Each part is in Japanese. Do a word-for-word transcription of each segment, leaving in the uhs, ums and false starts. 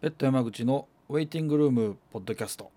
ペット山口のウェイティングルームポッドキャスト。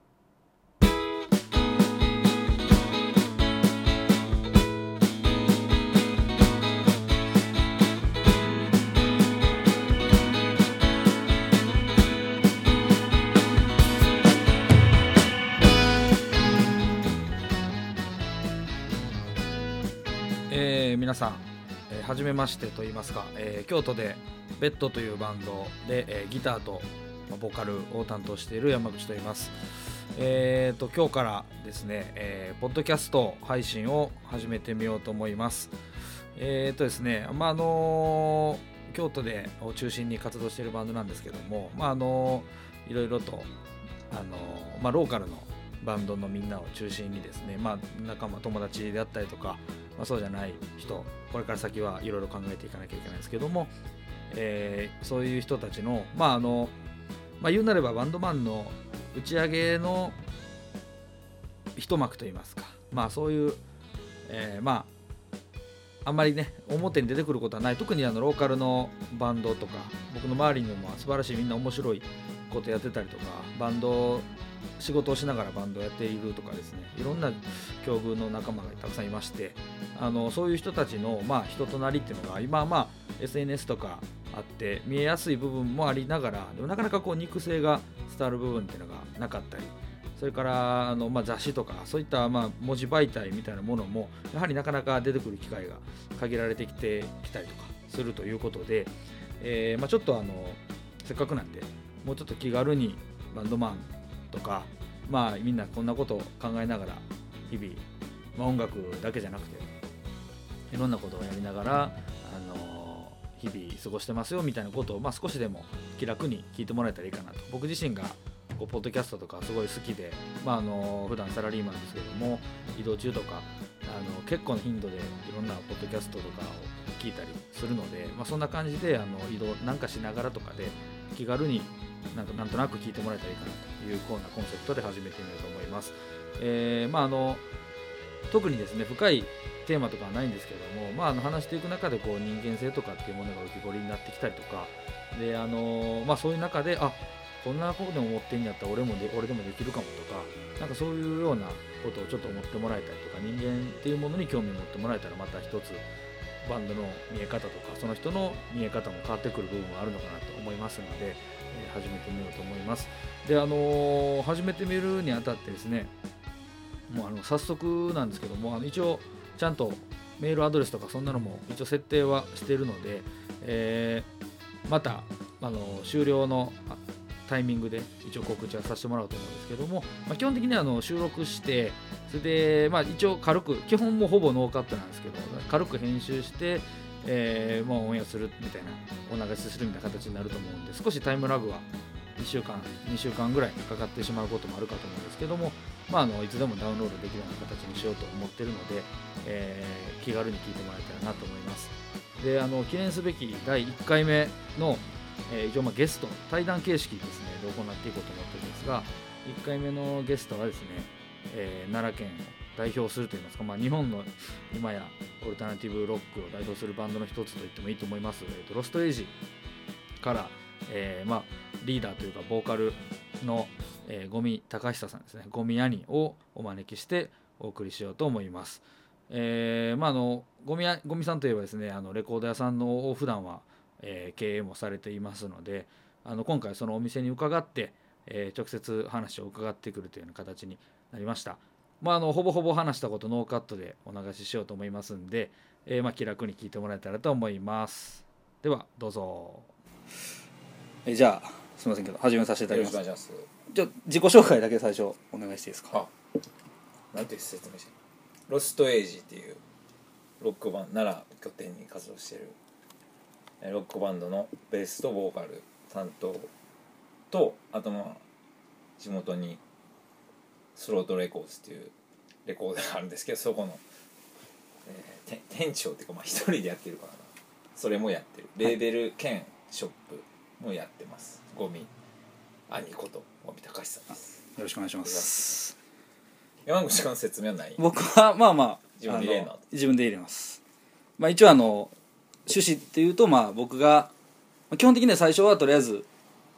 えー、皆さん、えー、初めましてと言いますか、えー、京都でベッドというバンドで、えー、ギターとボーカルを担当している山口と言います。えーと今日からですね、えー、ポッドキャスト配信を始めてみようと思います。えーとですね、まああのー、京都でを中心に活動しているバンドなんですけども、まああのー、いろいろとあのー、まあローカルのバンドのみんなを中心にですね、まあ仲間友達であったりとか、まあ、そうじゃない人、これから先はいろいろ考えていかなきゃいけないんですけども、えー、そういう人たちのまああのまあ、言うなればバンドマンの打ち上げの一幕といいますか、まあそういう、えー、まああんまりね表に出てくることはない、特にあのローカルのバンドとか僕の周りにも素晴らしいみんな面白いことやってたりとか、バンド仕事をしながらバンドをやっているとかですね、いろんな境遇の仲間がたくさんいまして、あのそういう人たちの、まあ、人となりっていうのが今はまあ エスエヌエス とかあって見えやすい部分もありながら、でもなかなかこう肉声が伝わる部分っていうのがなかったり、それからあの、まあ、雑誌とかそういったまあ文字媒体みたいなものもやはりなかなか出てくる機会が限られてきてきたりとかするということで、えーまあ、ちょっとあのせっかくなんでもうちょっと気軽にバンドマンとか、まあみんなこんなことを考えながら日々、まあ、音楽だけじゃなくていろんなことをやりながらあの日々過ごしてますよみたいなことを、まあ、少しでも気楽に聞いてもらえたらいいかなと。僕自身がこうポッドキャストとかすごい好きで、まあ、あの普段サラリーマンですけども移動中とかあの結構な頻度でいろんなポッドキャストとかを聞いたりするので、まあ、そんな感じであの移動なんかしながらとかで気軽になんかなんとなく聞いてもらえたらいいかなというようなコンセプトで始めてみようと思います。えーまあ、あの特にですね深いテーマとかはないんですけども、まあ、あの話していく中でこう人間性とかっていうものが浮き彫りになってきたりとかで、あのまあ、そういう中であこんなことでも思ってんやったら俺もで俺でもできるかもとか、なんかそういうようなことをちょっと思ってもらえたりとか、人間っていうものに興味を持ってもらえたらまた一つバンドの見え方とかその人の見え方も変わってくる部分はあるのかなと思いますので、えー、始めてみようと思います。で、あのー、始めてみるにあたってですね、もうあの早速なんですけども、あの一応ちゃんとメールアドレスとかそんなのも一応設定はしているので、えー、またあの終了のタイミングで一応告知はさせてもらおうと思うんですけども、まあ、基本的にはあの収録してそれで、まあ、一応軽く基本もほぼノーカットなんですけど軽く編集して、えー、もうオンエアするみたいなお流しするみたいな形になると思うんで、少しタイムラグはいっしゅうかんにしゅうかんぐらいかかってしまうこともあるかと思うんですけども、まあ、あのいつでもダウンロードできるような形にしようと思っているので、えー、気軽に聞いてもらえたらなと思います。で、あの記念すべきだいいっかいめのえー、一応まあゲスト対談形式ですねで行っていこうと思ってるんですが、いっかいめのゲストはですね、えー、奈良県を代表するといいますか、まあ、日本の今やオルタナティブロックを代表するバンドの一つと言ってもいいと思います、えー、とロストエイジから、えーまあ、リーダーというかボーカルの、えー、五味隆久さんですね、五味兄をお招きしてお送りしようと思います。えーまあ、あの五味五味さんといえばですね、あのレコード屋さんの普段はえー、経営もされていますので、あの今回そのお店に伺って、えー、直接話を伺ってくるというような形になりました。まあ、あのほぼほぼ話したことノーカットでお流ししようと思いますんで、えーまあ、気楽に聞いてもらえたらと思います。ではどうぞ。えー、じゃあすみませんけど始めさせていただきます。 よろしくお願いします。 じゃあ自己紹介だけ最初お願いしていいですか。 あ、なんて説明してロストエイジっていうロックバンド奈良拠点に活動しているロックバンドのベースとボーカル担当と、あとまあ地元にスロートレコーズっていうレコードがあるんですけど、そこの、えー、店長っていうかまあ一人でやってるからな、それもやってるレーベル兼ショップもやってます。五味兄こと五味隆久です。 よろしくお願いします。 山口君の説明はない？ 僕はまあまあ自分で入れるの？ 自分で入れます。まあ一応あの趣旨っていうと、まあ僕が基本的には最初はとりあえずまあ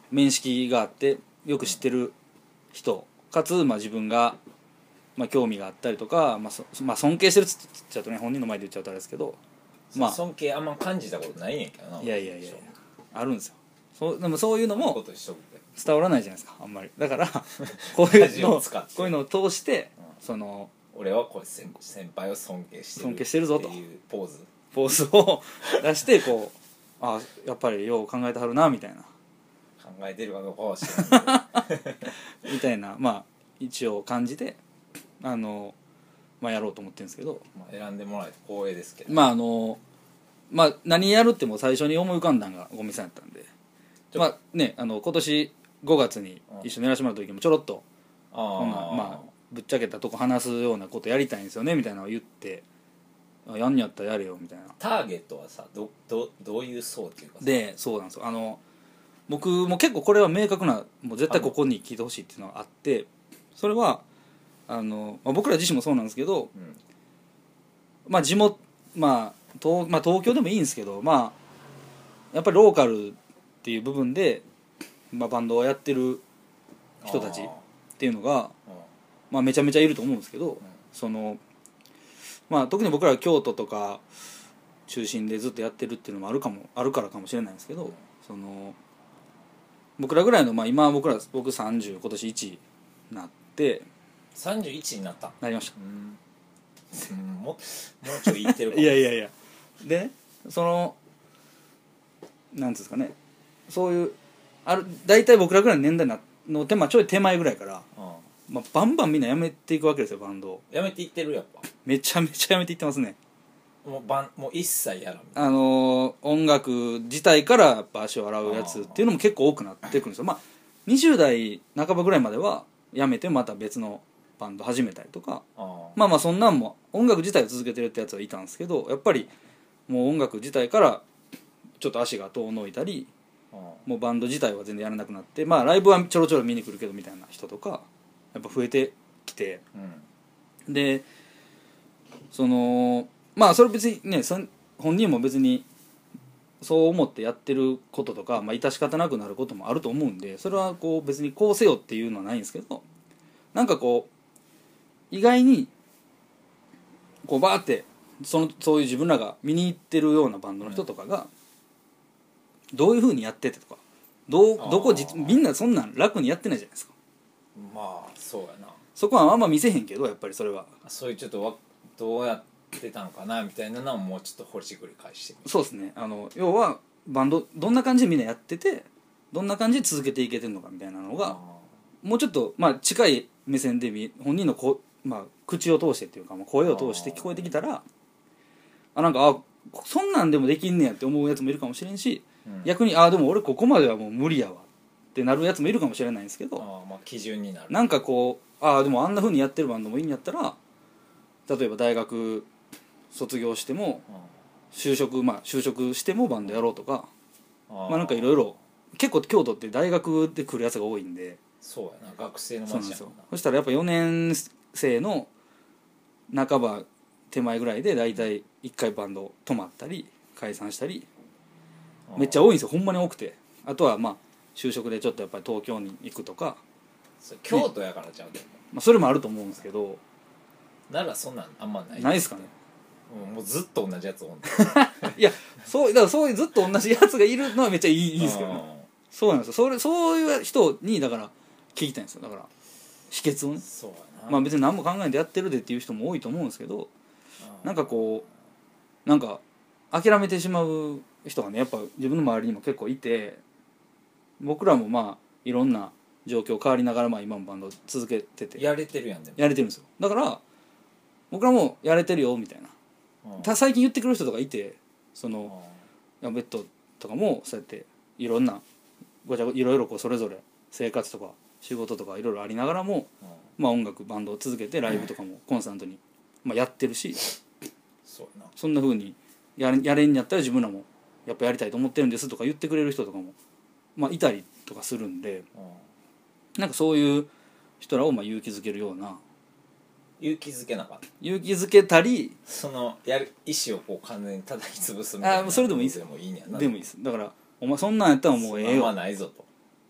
面識があってよく知ってる人かつ、まあ、自分が、まあ、興味があったりとか、まあそまあ、尊敬してるっつっちゃうとね本人の前で言っちゃうとあれですけど、 まあ尊敬あんま感じたことないねんけどな。 いやいやいやいやあるんですよ。そうでもそういうのもことしとくけど伝わらないじゃないですかあんまり。だからこういうのを使ってこういうのを通して、 うんその俺はこれ先先輩を尊敬してる尊敬してるぞとっていうポーズポーズを出してこうあやっぱりよう考えてはるなみたいな考えてるかどうかは知らないけどみたいなまあ一応感じであの、まあ、やろうと思ってるんですけど、 まあ選んでもらえて光栄ですけど、 まああのまあ何やるっても最初に思い浮かんだのがゴミさんやったんで、まあねあの今年ごがつに一緒にやらせてもらった時もちょろっとこんなあまあぶっちゃけたとこ話すようなことやりたいんですよねみたいなのを言ってあやんにやったらやれよみたいな。 ターゲットはさどどどういう層っていうかさでそうなんですよあの僕も結構これは明確なもう絶対ここに聞いてほしいっていうのがあってそれはあの、まあ、僕ら自身もそうなんですけど、 うんまあ地元、まあ東まあ、東京でもいいんですけどまあやっぱりローカルっていう部分で、まあ、バンドをやってる人たちっていうのが、まあ、めちゃめちゃいると思うんですけど、そのまあ特に僕らは京都とか中心でずっとやってるっていうのもあるかもあるからかもしれないんですけど、その僕らぐらいの、まあ、今僕ら僕さんじゅう今年いちになってさんじゅういちになったなりました。 うんももうちょい言ってるかもいやいやいやでねそのなんつうんですかねそういうある大体僕らぐらいの年代なの手間ちょい手前ぐらいから、 うんまあ、バンバンみんな辞めていくわけですよバンドを。 やめていってるやっぱめちゃめちゃ辞めていってますね。 もうバンもう一切やらんみたいあのー音楽自体からやっぱ足を洗うやつっていうのも結構多くなってくるんですよ。まあにじゅう代半ばぐらいまでは辞めてまた別のバンド始めたりとかなあまあまあそんなんも音楽自体を続けてるってやつはいたんですけどやっぱりもう音楽自体からちょっと足が遠のいたりあもうバンド自体は全然やらなくなってまあライブはちょろちょろ見に来るけどみたいな人とかやっぱ増えてきてうんでそのまあそれ別にねそん本人も別にそう思ってやってることとか、まあ、致し方なくなることもあると思うんでそれはこう別にこうせよっていうのはないんですけどなんかこう意外にこうバーってそのそういう自分らが見に行ってるようなバンドの人とかがどういう風にやっててとかどうどこじみんなそんなん楽にやってないじゃないですか。 まあそうやなそこはあんま見せへんけどやっぱりそれはそういうちょっとわどうやってたんかなみたいなのをもうちょっと掘り繰り返してみるそうですねあの要はバンドどんな感じでみんなやっててどんな感じで続けていけてるのかみたいなのがもうちょっとまあ近い目線で見本人のこ、まあ、口を通してっていうか、まあ、声を通して聞こえてきたらあなんかあそんなんでもできんねやって思うやつもいるかもしれんし、うん、逆にあでも俺ここまではもう無理やわってなるやつもいるかもしれないんですけどあ、まあ、基準になるなんかこうあでもあんな風にやってるバンドもいいんやったら例えば大学卒業しても就職まあ就職してもバンドやろうとかあまあなんかいろいろ結構京都って大学で来るやつが多いんでそうやな学生のそうなんですよ街やもんなそしたらやっぱよねん生の半ば手前ぐらいで大体いっかいバンド止まったり解散したりめっちゃ多いんですよほんまに多くてあとはまあ就職でちょっとやっぱり東京に行くとか、 それ京都やからちゃうでも、 まあ、それもあると思うんですけどならそんなんあんまないないですかねうんもうずっと同じやつおんねいやそうだからそういうずっと同じやつがいるのはめっちゃいいいいですけどねそうなんですよそれそういう人にだから聞きたいんですよだから秘訣をねそうやなまあ別に何も考えてやってるでっていう人も多いと思うんですけどなんかこうなんか諦めてしまう人がねやっぱ自分の周りにも結構いて僕らもまあいろんな状況変わりながらまあ今もバンド続けててやれてるやんでもやれてるんですよだから僕らもやれてるよみたいなうんた最近言ってくる人とかいてそのうんいやベッドとかもそうやっていろんなごちゃごいろいろこうそれぞれ生活とか仕事とかいろいろありながらも、 うんまあ、音楽バンドを続けてライブとかもコンスタントに、まあ、やってるしそうやなそんな風にやれやれんやったら自分らもやっぱやりたいと思ってるんですとか言ってくれる人とかも、まあ、いたりとかするんでうんなんかそういう人らをまあ勇気づけるような勇気づけなかった勇気づけたりそのやる意思をこう完全に叩き潰すみたいなあそれでもいいですよでもいいんやなでもいいですだからお前そんなんやったらもうええよまあないぞと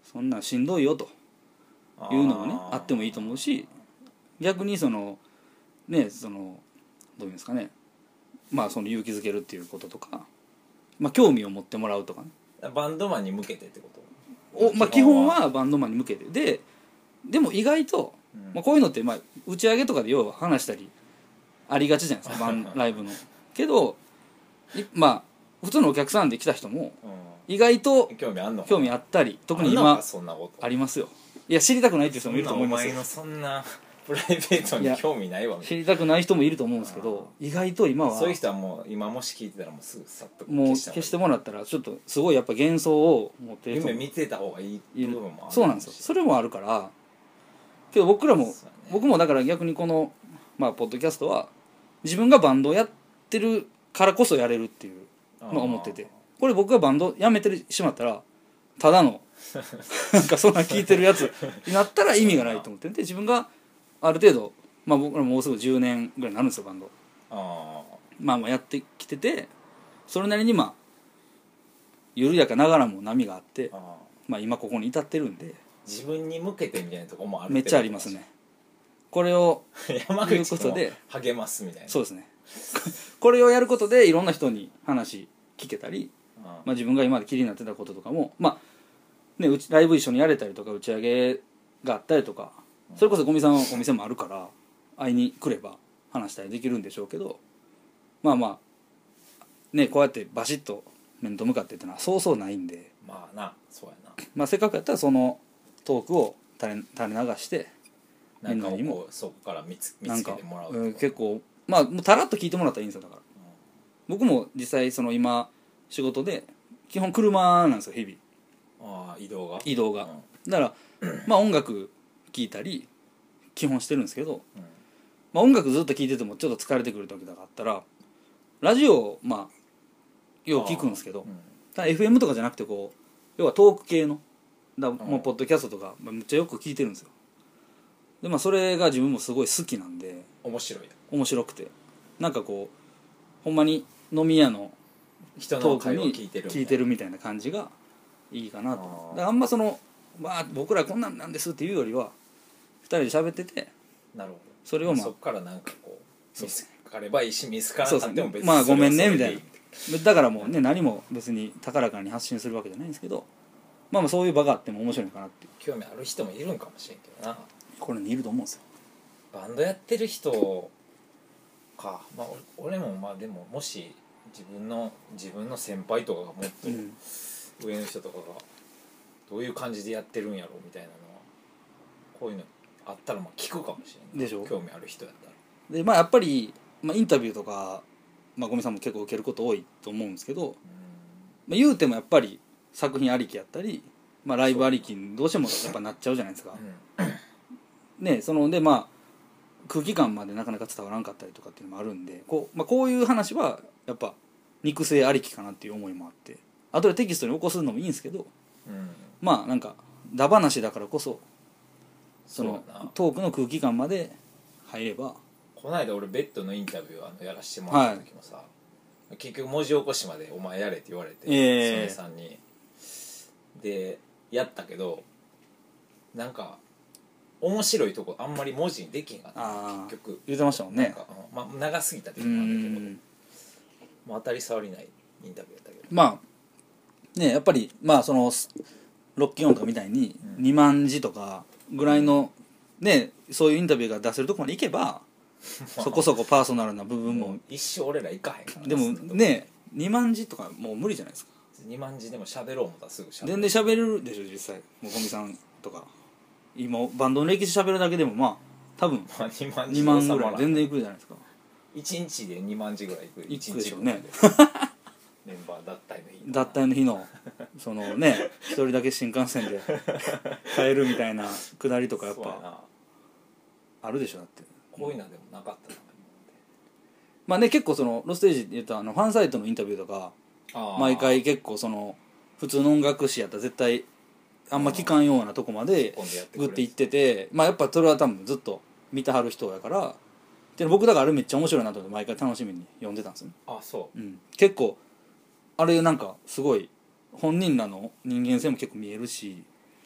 そんなんしんどいよというのもねあってもいいと思うし、逆にそのねそのどういうんですかね、まあその勇気づけるっていうこととか、まあ興味を持ってもらうとかね、 バンドマンに向けてってことお、まあ、基本はバンドマンに向けてで、でも意外と、 うんまあ、こういうのってまあ打ち上げとかで要は話したりありがちじゃないですかバンライブのけどいまあ普通のお客さんで来た人もうん意外と興味あんの興味あったり、特にあんの今かそんなことありますよ。いや知りたくないっていう人もいると思いおますよ。 前のそんなプライベートに興味ないわみたい知りたくない人もいると思うんですけど、意外と今はなそういう人はもう今もし聞いてたらもうすぐさっともう消した消してもらったらちょっとすごいやっぱ幻想を持ってる人も夢見てた方がいい部分もあるそうなんですよ。それもあるからけど僕らも、 そうだね僕もだから逆にこのまあポッドキャストは自分がバンドをやってるからこそやれるっていうのを思ってて、これ僕がバンドやめてしまったらただのなんかそんな聞いてるやつになったら意味がないと思ってて、自分がある程度まあ僕らもうすぐじゅうねんぐらいになるんですよバンド。 あまあまあやってきてて、それなりにまあ緩やかながらも波があってー、あまあ今ここに至ってるんでー自分に向けてみたいなとこもあるめっちゃありますね。これを山という口もことで励ますみたいなそうですねこれをやることでいろんな人に話聞けたり、 あまあ、自分が今まで気になってたこととかも、まあね、うちライブ一緒にやれたりとか打ち上げがあったりとか、それこそゴミさんのお店もあるから会いに来れば話したりできるんでしょうけど、まあまあねこうやってバシッと面と向かってっていうのはそうそうないんで、 まあなそうやなまあ、せっかくやったらそのトークを垂れ垂れ流してなんかをみんなにもこうそこから見つ見つなんかけてもらうとかうん結構まあもうたらっと聞いてもらったらいいんですよ。だから僕も実際その今仕事で基本車なんですよ日々 ああ移動が移動が、 うんだからまあ音楽聴いたり基本してるんですけど、 うんまあ、音楽ずっと聴いててもちょっと疲れてくる時とかあったらラジオをまあよう聞くんですけど、 うんただ エフエム とかじゃなくてこう要はトーク系のだもううんポッドキャストとか、まあ、めっちゃよく聞いてるんですよ。でまあそれが自分もすごい好きなんで面白い面白くてなんかこうほんまに飲み屋の人のトークに会話聞いてる聞いてるみたいな感じがいいかなと。 あーだからあんまその、まあ、僕らこんなんなんですっていうよりはふたりで喋っててなるほどそれをまあそっからなんかこうそうです見つかればいいし見つからそうですなかっても別にまあごめんねそれはそれでみたいなだからもうね何も別に高らかに発信するわけじゃないんですけど、まあまあそういう場があっても面白いかなっていう興味ある人もいるんかもしれんけどなこれにいると思うんですよ。 バンドやってる人か、まあ、俺俺もまあでももし自分の自分の先輩とかがもっとうん上の人とかがどういう感じでやってるんやろみたいなのはこういうのあったらまあ聞くかもしれないでしょ興味ある人やったらでまあやっぱり、まあ、インタビューとか、まあ、ゴミさんも結構受けること多いと思うんですけど、まあ、言うてもやっぱり作品ありきやったり、まあ、ライブありきにどうしてもやっぱなっちゃうじゃないですか。 うんねそのでまあ空気感までなかなか伝わらんかったりとかっていうのもあるんでこう、まあ、こういう話はやっぱ肉声ありきかなっていう思いもあって後でテキストに起こすのもいいんですけどうんまあなんかダ話だからこそそそうのやなトークの空気感まで入ればこの間俺ベッドのインタビューあのやらせてもらった時もさ、結局文字起こしまでお前やれって言われてええ曽根さんにでやったけどなんか面白いとこあんまり文字にできへんかったあ結局言ってましたもんね。 なんか、うんまあ、長すぎたってういうのもあるけどんもう当たり障りないインタビューやったけどまあねやっぱりまあそのロッキー音とかみたいにうんにまん字とかぐらいのねそういうインタビューが出せるとこまでいけばそこそこパーソナルな部分ももう一生俺ら行かへんからなでもそんなとこねにまん字とかもう無理じゃないですか。 にまん字でも喋ろう思ったらすぐ喋る全然喋れるでしょ実際もうゴミさんとか今バンドの歴史喋るだけでもまあ多分まあにまん字にまんぐ収まらんらい全然いくじゃないですか。 いちにちでにまん字ぐらい行くいくでしょうねねメンバー脱退の日脱退の日のそのね一人だけ新幹線で帰るみたいなくだりとかやっぱそうやなあるでしょだってこういうのでもなかったなまあね結構そのロステージって言ったあのファンサイトのインタビューとかあー毎回結構その普通の音楽誌やったら絶対あんま聞かんようなとこまで今度やってくれるグッて行っててまあやっぱそれは多分ずっと見てはる人やからで僕だからあれめっちゃ面白いなと思って毎回楽しみに読んでたんですよね、 あそううん、結構あれなんかすごい本人らの人間性も結構見えるし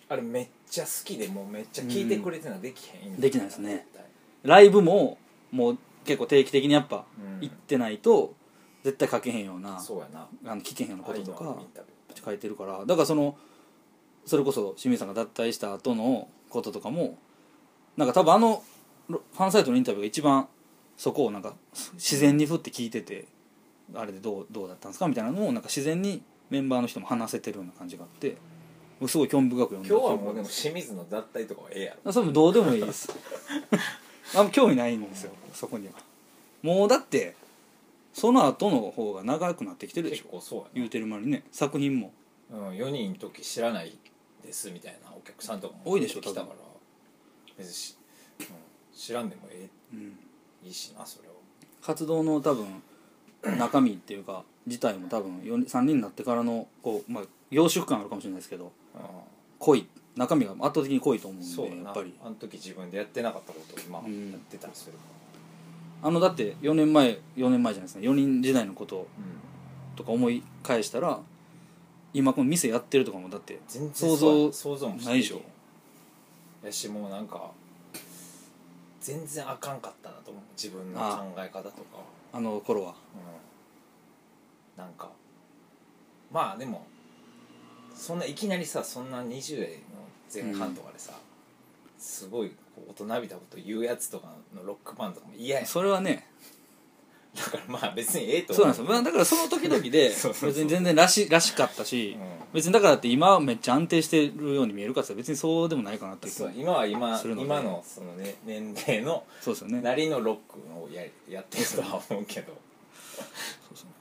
あれめっちゃ好きでもうめっちゃ聞いてくれてるのはできへん、 うん、できないですね。ライブももう結構定期的にやっぱ行ってないと絶対書けへんような、 そうやな、 あの聞けへんようなこととか書いてるから、だからそのそれこそ清水さんが脱退した後のこととかもなんか多分あのファンサイトのインタビューが一番そこをなんか自然にふって聞いてて、あれでどうどうだったんですかみたいなのをなんか自然にメンバーの人も話せてるような感じがあって、すごい興味深く読んだ。 今日はもうでも清水の脱退とかはええやろ。 それもどうでもいいですあんま興味ないんですよそこには。もうだってその後の方が長くなってきてるでしょ。 結構そうやな、 言うてる間にね、作品も、 うん、よにんの時知らないですみたいなお客さんとかも多いでしょ来たから別にし、うん、知らんでもええ、 うん、 いいしなそれは。 活動の多分中身っていうか自体も多分よにさんにんになってからのこう、まあ、凝縮感あるかもしれないですけど、 うん、 濃い中身が圧倒的に濃いと思うんで、 そうやな、 やっぱりあの時自分でやってなかったことを今やってたりするかあのだってよねんまえよねんまえじゃないですね、よにん時代のことら、うん、 とか思い返したら今この店やってるとかもだって全然想像想像もしてないでしょ。 やしもうなんか全然あかんかったなと思う、自分の考え方とか、 あの頃は、 うん、なんかまあでもそんないきなりさ、そんなにじゅう代の前半とかでさ、うん、すごいこう大人びたこと言うやつとかのロックバンドとかも嫌やん。 それはね、 だからまあ別にええとそうなんですよ、まあ、だからその時々で別に全然らしらしかったし、うん、別にだからって今めっちゃ安定してるように見えるかって別にそうでもないかなっていう気が今は今今のその、ね、年齢のなりのロックを や, やってるとは思うけどそうそう、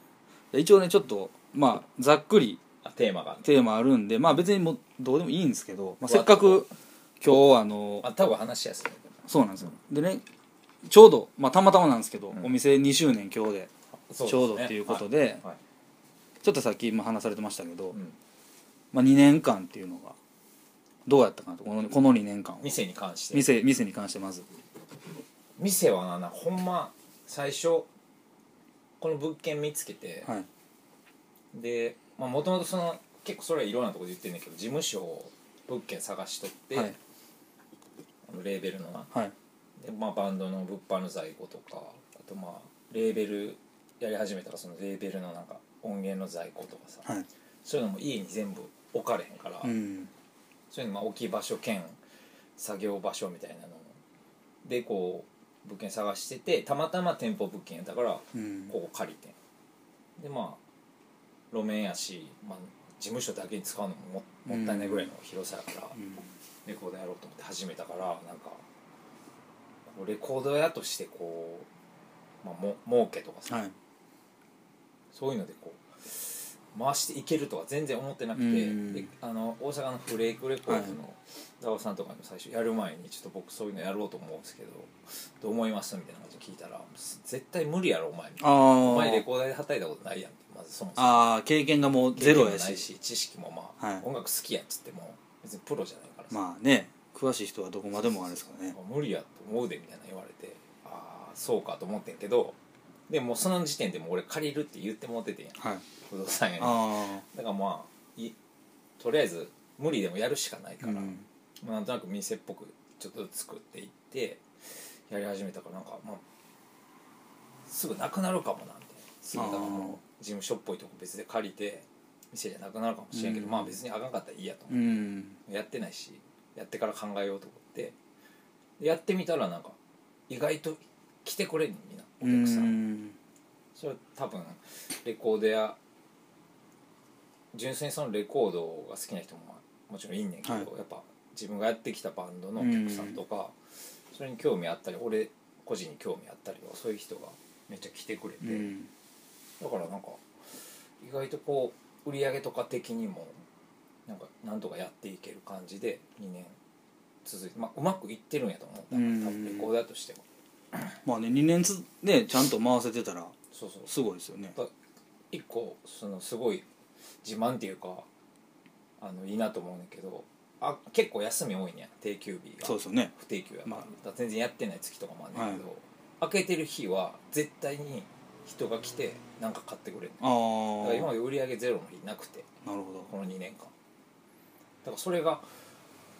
一応ねちょっとまあざっくりテーマがテーマあるんで、まあ別にもうどうでもいいんですけど、まあ、せっかく今日あのあ多分話しやすい。 そうなんですよ。でねちょうど、まあ、たまたまなんですけど、うん、お店にしゅうねん今日でちょうどっていうことで、はいはい、ちょっとさっき今話されてましたけど、うん、まあ、にねんかんっていうのがどうやったかなと、この、このにねんかん店に関して店、店に関してまず店はな、ほんま最初この物件見つけて、はい、でもともとその結構それはいろんなところで言ってるんだけど、事務所を物件探しとって、はい、あのレーベルのな、はい、でまあ、バンドの物販の在庫とか、あとまあレーベルやり始めたらそのレーベルのなんか音源の在庫とかさ、はい、そういうのも家に全部置かれへんから、うん、そういうのまあ置き場所兼作業場所みたいなのでこう物件探してて、たまたま店舗物件やったから、うん、ここ借りてでまあ路面やし、まあ、事務所だけに使うのも も, もったいないぐらいの広さやから、うん、レコードやろうと思って始めたから、なんかレコード屋としてこう、まあ、も儲けとかさ、はい、そういうのでこう回していけるとは全然思ってなくて、であの大阪のフレークレコーズのダオさんとかにも最初やる前にちょっと僕そういうのやろうと思うんですけどどう思いますみたいな感じで聞いたら、絶対無理やろお前みたいな、お前レコーダーで働いたことないやんって、まずそもそもあ経験がもうゼロやし、 ないし知識もまあ、はい、音楽好きやっつっても別にプロじゃないからさ、 まあね詳しい人はどこまでもあれですからね、 無理やと思うでみたいな言われて、ああそうかと思ってんけど、でもその時点でもう俺借りるって言ってもっててんや、はい、不動産屋に。だからまあいとりあえず無理でもやるしかないから、うん、まあ、なんとなく店っぽくちょっとずつ作っていってやり始めたから、なんかまあすぐなくなるかもなみたいな、すぐだからもう事務所っぽいとこ別で借りて店じゃなくなるかもしれんけど、うん、まあ別にあかんかったらいいやと思って、うん、やってないしやってから考えようと思ってやってみたら、なんか意外と来てくれんのみんなお客さん、うん、それは多分レコードや純粋にそのレコードが好きな人ももちろんいいんねんけど、はい、やっぱ自分がやってきたバンドのお客さんとか、うん、それに興味あったり俺個人に興味あったりとか、そういう人がめっちゃ来てくれて、うん、だからなんか意外とこう売り上げとか的にもなんかなんとかやっていける感じでにねん続いて、まあ、うまくいってるんやと思う、多分レコーダーとしてはまあねにねんつ、ね、ちゃんと回せてたらそうそうすごいですよね。 一個そのすごい自慢っていうかあのいいなと思うんだけど、あ結構休み多いねん、定休日が。 そうですよね、 不定休やから、まあ、だから全然やってない月とかもあるんだけど、はい、開けてる日は絶対に人が来て何か買ってくれる。あだから今まで売り上げゼロの日なくて、 なるほど、 このにねんかんだからそれが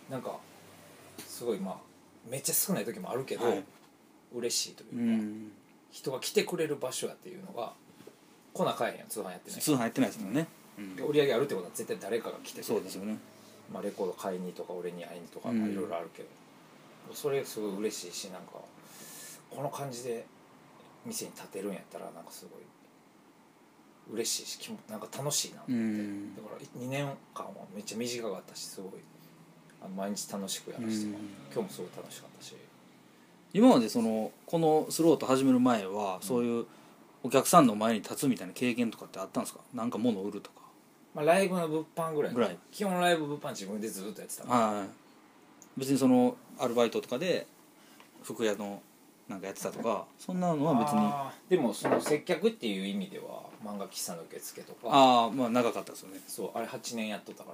なんかすごいまあめっちゃ少ない時もあるけど、 はい、 嬉しいというか、 うん、 人が来てくれる場所やっていうのが来なかえへんやん、通販やってない通販やってないですもんね、うん、 売り上げあるってことは絶対誰かが来てくれる。 そうですよね。 まあ、レコード買いにとか俺に会いにとかうんいろいろあるけど、それすごい嬉しいし、なんかこの感じで店に立てるんやったらなんかすごい嬉しいし、気もなんか楽しいなって、うん、だからにねんかんはめっちゃ短かったし、すごいあの毎日楽しくやらせてもらって、今日もすごい楽しかったし。 今までそのこのスロート始める前は、うん、そういうお客さんの前に立つみたいな経験とかってあったんですか？なんか物を売るとか、 まあ、ライブの物販ぐらいぐらい基本ライブ物販自分でずっとやってたから、 はい、別にそのアルバイトとかで服屋のなんかやってたとかそんなのは別に。 あでもその接客っていう意味では漫画喫茶の受付とか、 ああまあ長かったですよね。 そうあれはちねんやっとったから、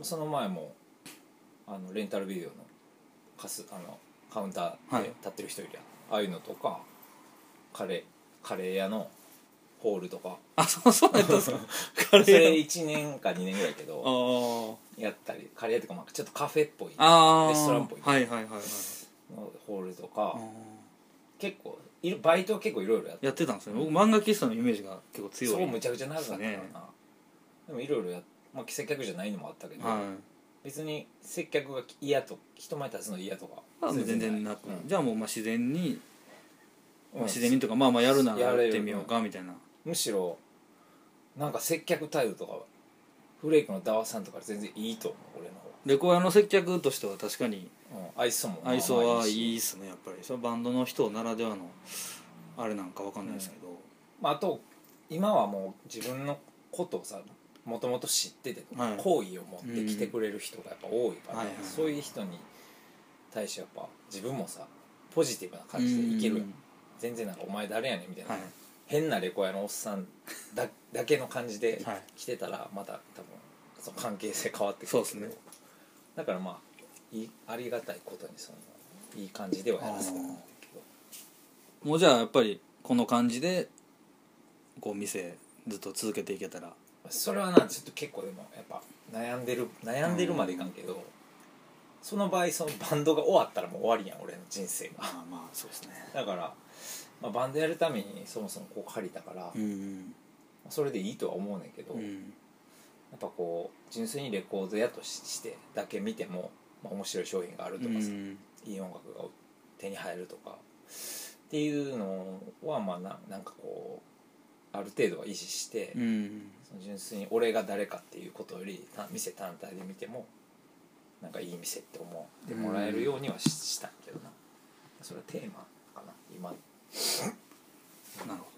その前もあのレンタルビデオのカスあのカウンターで立ってる人いるやん、はい、ああいうのとかカレーカレー屋のホールとか、 あそうそうやったんですかカレーそれいちねんかにねんぐらいやけどやったり、カレー屋とかまあちょっとカフェっぽいレストランっぽい、 はいはいはいはいのホールとか結構いるバイトは結構いろいろやってやってたんですよね。僕漫画喫茶のイメージが結構強い。 そうむちゃくちゃ長かったからな、ね、でもいろいろやまあ接客じゃないのもあったけど、はい、別に接客が嫌と人前立つの嫌とか全然なく、うん、じゃあもうまあ自然に、まあ、自然にとかまあまあやるならやってみようかみたいな。 むしろなんか接客態度とかフレークのダワさんとか全然いいと思う。俺の方レコヤの接客としては確かに、 うん、愛想も愛想はいいっすね。やっぱりそのバンドの人ならではのあれなんかわかんないですけど、うんまあ、あと今はもう自分のことをさもともと知ってて、はい、好意を持ってきてくれる人がやっぱ多いから、ね、うん、そういう人に対してやっぱ自分もさポジティブな感じでいけるやん、うん、全然なんかお前誰やねんみたいな、はい、変なレコヤのおっさん だ, だけの感じで来てたらまた多分その関係性変わってくる。 そうですね。 だからまあいいありがたいことにそのいい感じではやらせてもらうんだけど、 もうじゃあやっぱりこの感じでこう店ずっと続けていけたら。 それはなちょっと結構でもやっぱ悩んでる悩んでるまでいかんけど、うん、その場合そのバンドが終わったらもう終わりやん俺の人生が。 まあまあそうですね。 だから、まあ、バンドやるためにそもそもこう借りたから、うんうん、それでいいとは思うねんけど、うん、やっぱこう純粋にレコード屋としてだけ見ても、まあ、面白い商品があるとかさ、うん、いい音楽が手に入るとかっていうのはまあ な, なんかこうある程度は維持して、うん、その純粋に俺が誰かっていうことより店単体で見てもなんかいい店って思ってもらえるようには し,、うん、したんけどな。それはテーマかな今。なるほどね。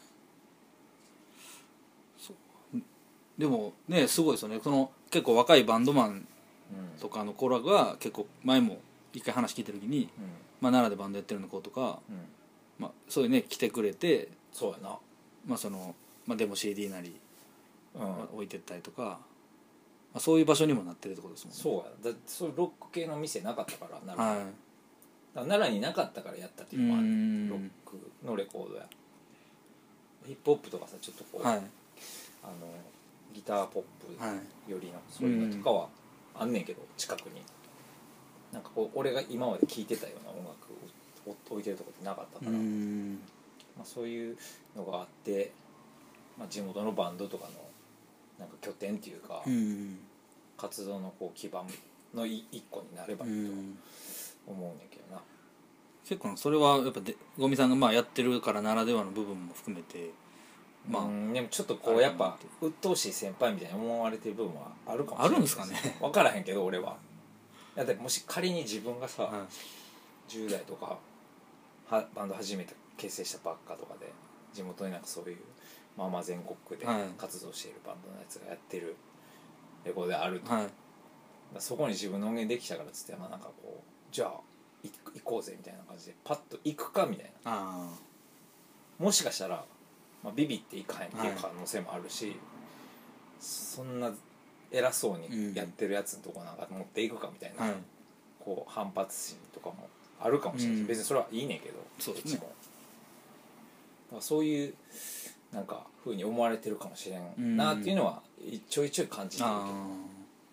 そうでもねすごいですよね。その結構若いバンドマンとかの子らが結構前も一回話聞いた時に、うんまあ、奈良でバンドやってるの子とか、うんまあ、そういうね来てくれてそうやな、 まあそのまあ、でも シーディー なり、うんまあ、置いてったりとか、まあ、そういう場所にもなってるってことですもんね。 そうやだそういうロック系の店なかったから奈良、はい、だから奈良になかったからやったっていうのもある。ロックのレコードやヒップホップとかさちょっとこう、はい、あのギターポップよりの、はい、そういうのとかはあんねんけど近くになんかこう俺が今まで聴いてたような音楽を置いてるとこってなかったから、まあ、そういうのがあって、まあ、地元のバンドとかのなんか拠点っていうか活動のこう基盤の一個になればいいと思うねんけどな。 結構それはやっぱでゴミさんがまあやってるからならではの部分も含めてまあ、うんでもちょっとこうやっぱ鬱陶しい先輩みたいに思われてる部分はあるかもしれない。 あるんですかね。 分からへんけど俺はだってもし仮に自分がさ、はい、じゅう代とかはバンド初めて結成したばっかとかで地元になんかそういうまあまあ全国区で活動しているバンドのやつがやってるレコードであると、はい、そこに自分の音源できたからっつってまあなんかこうじゃあ行こうぜみたいな感じでパッと行くかみたいな。あもしかしたら、まあ、ビビって行かへんっていう可能性もあるし、はい、そんな偉そうにやってるやつのとこなんか持っていくかみたいな、うん、こう反発心とかもあるかもしれないし、うん、別にそれはいいねんけどそうですね。 どっちもだからそういうなんか風に思われてるかもしれんなっていうのはちょいちょい感じてるけど、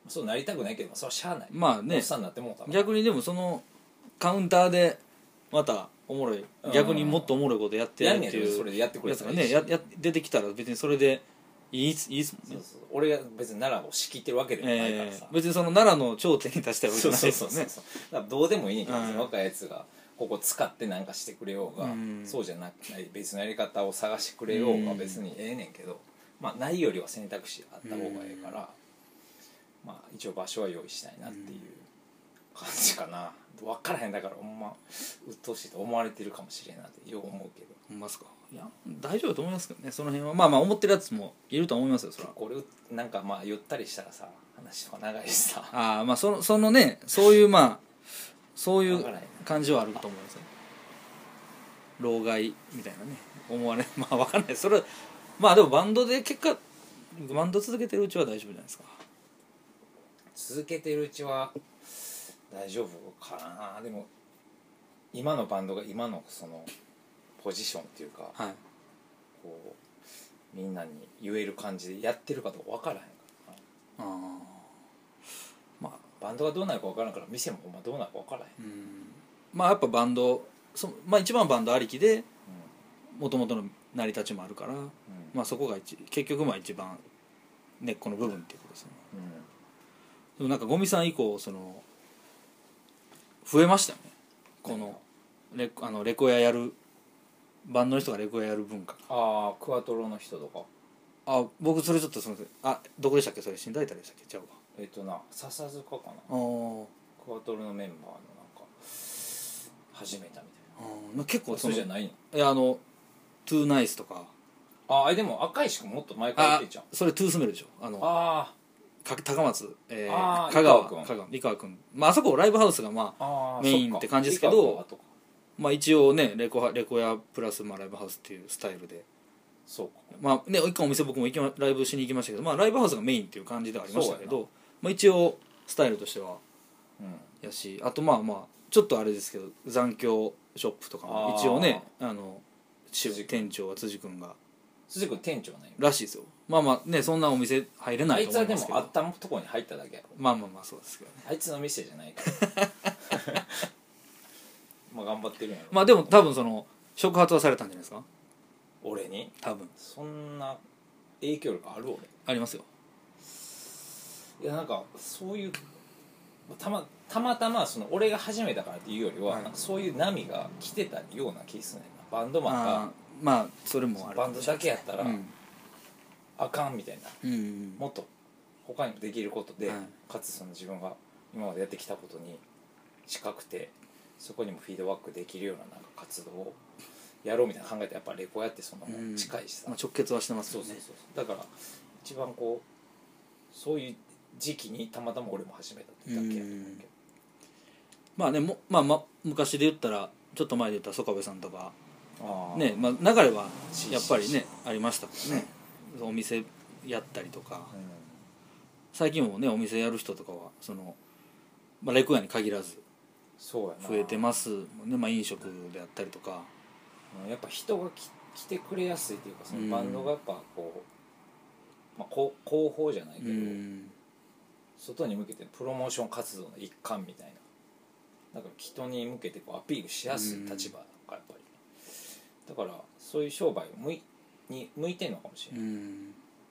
そうなりたくないけどそれはしゃあない。 まあねおっさんになってもうたから逆にでもそのカウンターでまたおもろい逆にもっとおもろいことやってやるっていうやんねんけどそれでやってくれやつたらいいしがねやや出てきたら別にそれでいいっすいいっすもんねそうそう俺が別に奈良を仕切ってるわけでもないからさ、 えー別にその奈良の頂点に立ちたいわけじゃないですよねそうそうそうそうだからどうでもいいねんけど、 うん若いやつがここ使ってなんかしてくれようが、 うんそうじゃなくない別のやり方を探してくれようが別にええねんけど、まあないよりは選択肢あった方がええから、まあ一応場所は用意したいなっていう感じかな。分からへんだからほんま鬱陶しいと思われてるかもしれんなってよう思うけど、 ほんますかいや大丈夫だと思いますけどねその辺はまあまあ思ってるやつもいると思いますよそらこれなんかまあゆったりしたらさ話とか長いしさああまあそのそのねそういうまあそういうわからへん感じはあると思いますよ老害みたいなね思われまあ分かんないそれまあでもバンドで結果バンド続けてるうちは大丈夫じゃないですか続けてるうちは大丈夫かな。でも今のバンドが今のそのポジションっていうか、 はいこうみんなに言える感じでやってるかどうか分からへんからな。 ああまあバンドがどうなるか分からんから店もほんまどうなるか分からへん、 うんまあやっぱバンドそまあ一番バンドありきでもともとの成り立ちもあるから、 うんうんまあそこが一結局まあ一番根っこの部分っていうことですねでもなんかゴミさん以降その増えましたよねこのレあのレコヤやるバンドの人がレコヤやる文化ああクワトロの人とかあ僕それちょっとすみませんあどこでしたっけそれ新大体でしたっけちゃうわえっ、とな笹塚かなあークワトロのメンバーのなんか始めたみたいあー結構な。 そのそうじゃないの。 いやあのトゥーナイスとかああでも赤石君もっと前から言っあてんじゃん。 それトゥースメルでしょあのあか高松、えあーー、香川井川君香川井川君まああそこライブハウスがまあああメインって感じですけどそっか井川君は後かまあ一応ねレコハレコヤプラスまあライブハウスっていうスタイルでそうかまあね一回お店僕も行き、ま、ライブしに行きましたけどまあライブハウスがメインっていう感じではありましたけそうやどまあ一応スタイルとしてはうんやしあとまあまあちょっとあれですけど残響ショップとかも一応ねあの辻君店長は辻君が辻君店長なんや。 らしいですよまあまあねそんなお店入れなあいいつはでもと思いますけどあったとこに入っただけやろ。 まあまあまあそうですけどねあいつの店じゃないからまあ頑張ってるんやろ。 まあでも多分その触発はされたんじゃないですか俺に多分そんな影響力ある俺。 ありますよいやなんかそういうたまたまたまその俺が始めたからっていうよりは、 はいなんかそういう波が来てたような気するねんな。バンドマンあがーまあそれもあるバンドだけやったらうんあかんみたいな、 うんうんもっと他にもできることで、 はいかつその自分が今までやってきたことに近くてそこにもフィードバックできるようななんか活動をやろうみたいな考えてやっぱレコやってそのうん近いしさ、 まあ、直結はしてますよねそうそうそうそうだから一番こうそういう時期にたまたま俺も始めたってだけやと思うけど、 まあねも、まあ、ま昔で言ったらちょっと前で言ったら曽我部さんとかあーね、まあ、流れはやっぱりねありましたからねお店やったりとかうん最近もねお店やる人とかはその、まあ、レコヤに限らずそうやな増えてますもんね、まあ、飲食であったりとかうんやっぱ人がき来てくれやすいっていうかそのバンドがやっぱこう、まあ、こう広報じゃないけうど、 ん外に向けてプロモーション活動の一環みたいなだから人に向けてこうアピールしやすい立場がやっぱりだからそういう商売向いに向いてんのかもしれない、 うん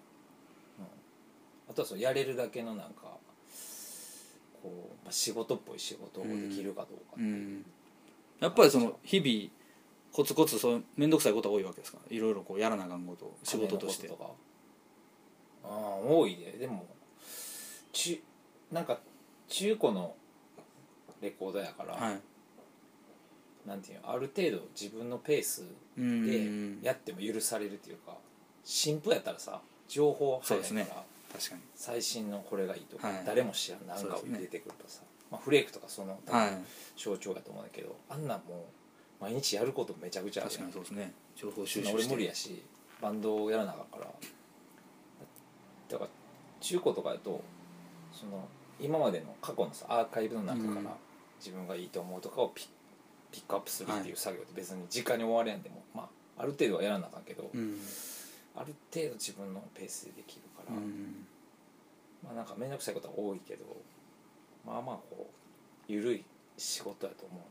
あとはそうやれるだけのなんかこう、まあ、仕事っぽい仕事をできるかどうかっていう、 うんやっぱりその日々コツコツそう面倒くさいことが多いわけですからいろいろこうやらなあかんこと仕事として金のこととかああ多いででもちなんか中古のレコードやから、 はいなんていうのある程度自分のペースうんでやっても許されるというか新譜やったらさ情報そうですね入らないから、 確かに最新のこれがいいとか、 はい誰も知らん何かをそうですね出てくるとさ、まあ、フレークとかその多分はい象徴やと思うんだけど、あんなんもう毎日やることめちゃくちゃある確やんかにそうですね情報そんな俺収集して無理やしバンドをやらなあかんからだから中古とかだとその今までの過去のさアーカイブの中からうん自分がいいと思うとかをピッピックアップするっていう作業って別に時間に追われんでも、まあ、ある程度はやらなあかんけど、 うんある程度自分のペースでできるから、 うんまあなんか面倒くさいことは多いけど、まあまあこう緩い仕事やと思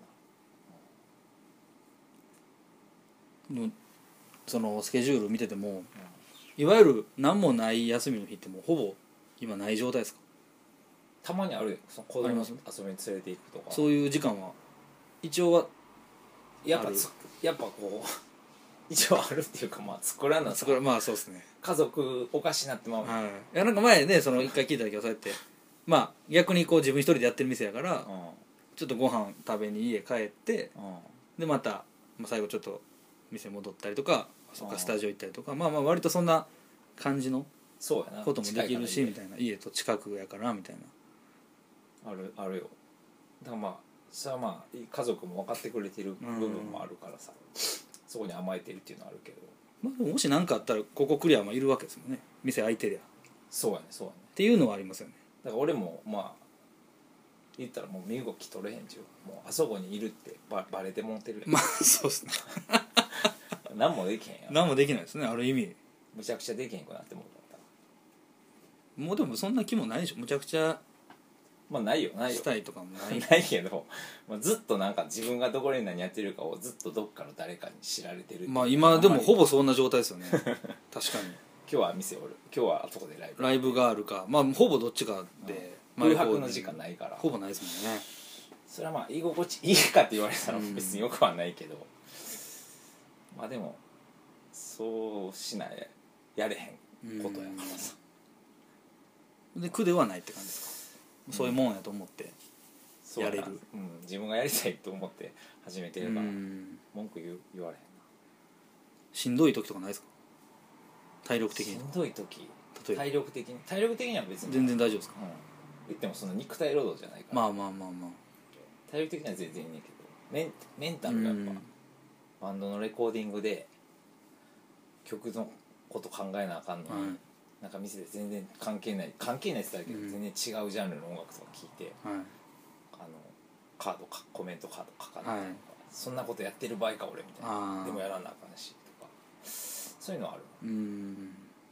うな。 でもそのスケジュール見てても、いわゆる何もない休みの日ってもうほぼ今ない状態ですか？ たまにあるよ、その子供遊ありますびに連れて行くとか。 そういう時間は一応はやっぱつやっぱこう一応あるっていうか、まあ作らなさそこらまあそうですね。 家族おかしなってまう、 はい。いやなんか前ねその一回聞いた時はそうやってまあ逆にこう自分一人でやってる店やから、 うんちょっとご飯食べに家帰ってうんでまた、まあ、最後ちょっと店戻ったりとかそっかうんスタジオ行ったりとかまあまあ割とそんな感じのそうやなこともできるし近いかみたいな家と近くやからみたいな。 らあるあるよ。だからまあそれはまあ家族も分かってくれてる部分もあるからさ、そこに甘えてるっていうのはあるけど。 まあ、でももし何かあったらここクリアはいるわけですもんね店開いてりゃっそうやねそうやね。 ていうのはありますよね。 だから俺もまあ言ったらもう身動き取れへんちゅう、もうあそこにいるってババレてもうてるやん。 まあそうですね何もできへんやん。 何もできないですねある意味。 むちゃくちゃできへんくなってもうたからもうでもそんな気もないでしょむちゃくちゃまあないよないよしたいとかもないないけど、まあ、ずっとなんか自分がどこで何やってるかをずっとどっかの誰かに知られてるっていう。 まあ今でもほぼぼそんな状態ですよね確かに今日は店おる、今日はあそこでライブライブがあるかまあほぼどっちかで、まあ空白の時間ないからほぼないですもんね。 それはまあ居心地いいかって言われたらうん別によくはないけど、まあでもそうしないやれへんことやからさ。 で苦ではないって感じですか、うん、そういうもんやと思ってやれる、 うん、自分がやりたいと思って始めてるから、 うん、 文句言う言われへんな。 しんどい時とかないですか体力的に。 しんどい時例えば体力的に体力的には別に全然大丈夫ですか、 うん、言ってもその肉体労働じゃないから、 まあまあまあまあ体力的には全然いいねんけどメンメンタルがやっぱ、 うんバンドのレコーディングで曲のこと考えなあかんのに、 はい、 なんか店で全然関係ない関係ないって言ったらいいけど、 うん全然違うジャンルの音楽とか聴いて、 はいあのカードかコメントカード書かないとか、 はいそんなことやってる場合か俺みたいあな、 ーでもやらなあかんしとか、そういうのはある。 うん、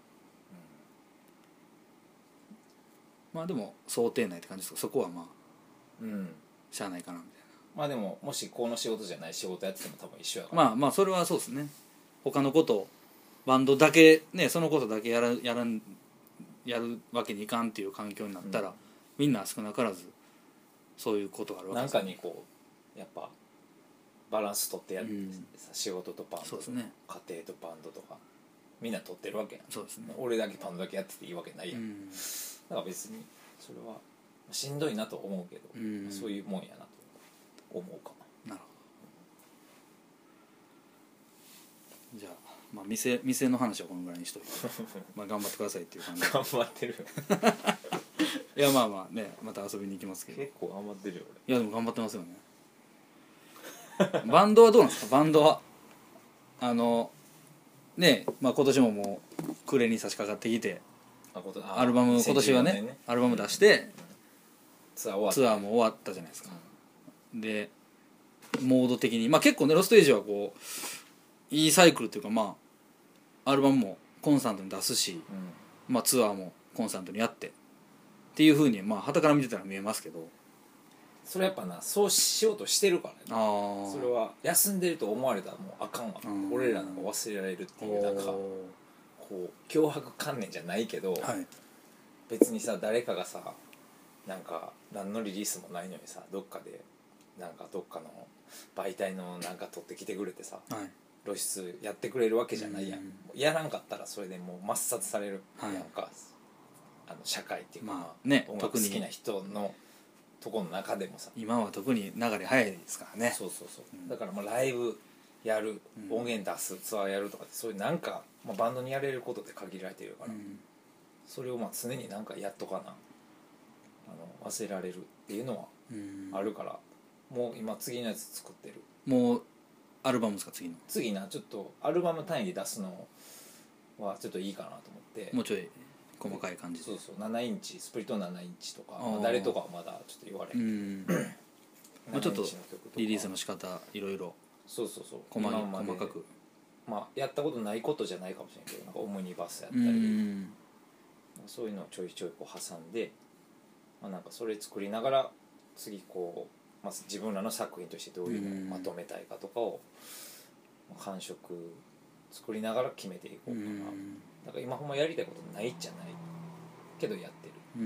まあでも想定内って感じですかそこはまあうん、うん、 しゃあないかなみたいまあでももしこの仕事じゃない仕事やってても多分一緒やかな。 ら、 まあまあそれはそうですね他のことをバンドだけねそのことだけやらやらんやるわけにいかんっていう環境になったら、 うんみんな少なからずそういうことがあるわけなんですよかにこうやっぱバランス取ってやって、 うんさ仕事とバンドと、 そうですね家庭とバンドとかみんな取ってるわけやん。 そうですね俺だけバンドだけやってていいわけないやん、だうんから別にそれはしんどいなと思うけど、 うんそういうもんやなと思うかな。 なるほどじゃあ、まあ、店店の話はこのぐらいにしといてまあ頑張ってくださいっていう感じ頑張ってるいやまあまあねまた遊びに行きますけど結構頑張ってるよいやでも頑張ってますよねバンドはどうなんですかバンドはあのねまあ今年ももう暮れに差し掛かってきて俺あことあアルバム今年はねにせんじゅうよねんアルバム出してツアー終わったツアーも終わったじゃないですかでモード的にまあ結構ねロストエイジはこういいサイクルっていうかまあアルバムもコンスタントに出すし、 うんまあ、ツアーもコンスタントにやってっていうふうにまあ傍から見てたら見えますけどそれやっぱなそうしようとしてるからね。 ああそれは休んでると思われたらもうあかんわ、 うん俺らなんか忘れられるっていうなんかこう脅迫観念じゃないけど、 はい別にさ誰かがさなんか何のリリースもないのにさどっかでなんかどっかの媒体のなんか取ってきてくれてさはい露出やってくれるわけじゃないやん、 うんやらんかったらそれでもう抹殺される、 はいなんかあの社会っていうか、 まあまあね音楽特に好きな人のとこの中でもさ今は特に流れ早いですからねそうそうそう、 うんだからまあライブやる、 うん音源出すツアーやるとかってそういうなんか、まあ、バンドにやれることで限られてるから、 うんそれをまあ常になんかやっとかなあの忘れられるっていうのはうんあるから、もう今次のやつ作ってる。 もうアルバムですか次の次なちょっとアルバム単位で出すのはちょっといいかなと思ってもうちょい細かい感じでそうそうななインチスプリットななインチとか、 あーまあ誰とかはまだちょっと言われうへんんけど、 まあちょっとななインチの曲とかリリースの仕方いろいろそうそうそう細今まで細かくまあやったことないことじゃないかもしれんけどなんかオムニバスやったうり、 んそういうのをちょいちょいこう挟んで、まあ、なんかそれ作りながら次こう、まあ、自分らの作品としてどういうのをまとめたいかとかを、まあ、感触作りながら決めていこうかな。だから今ほんまやりたいことないじゃないけどやってる。 うん、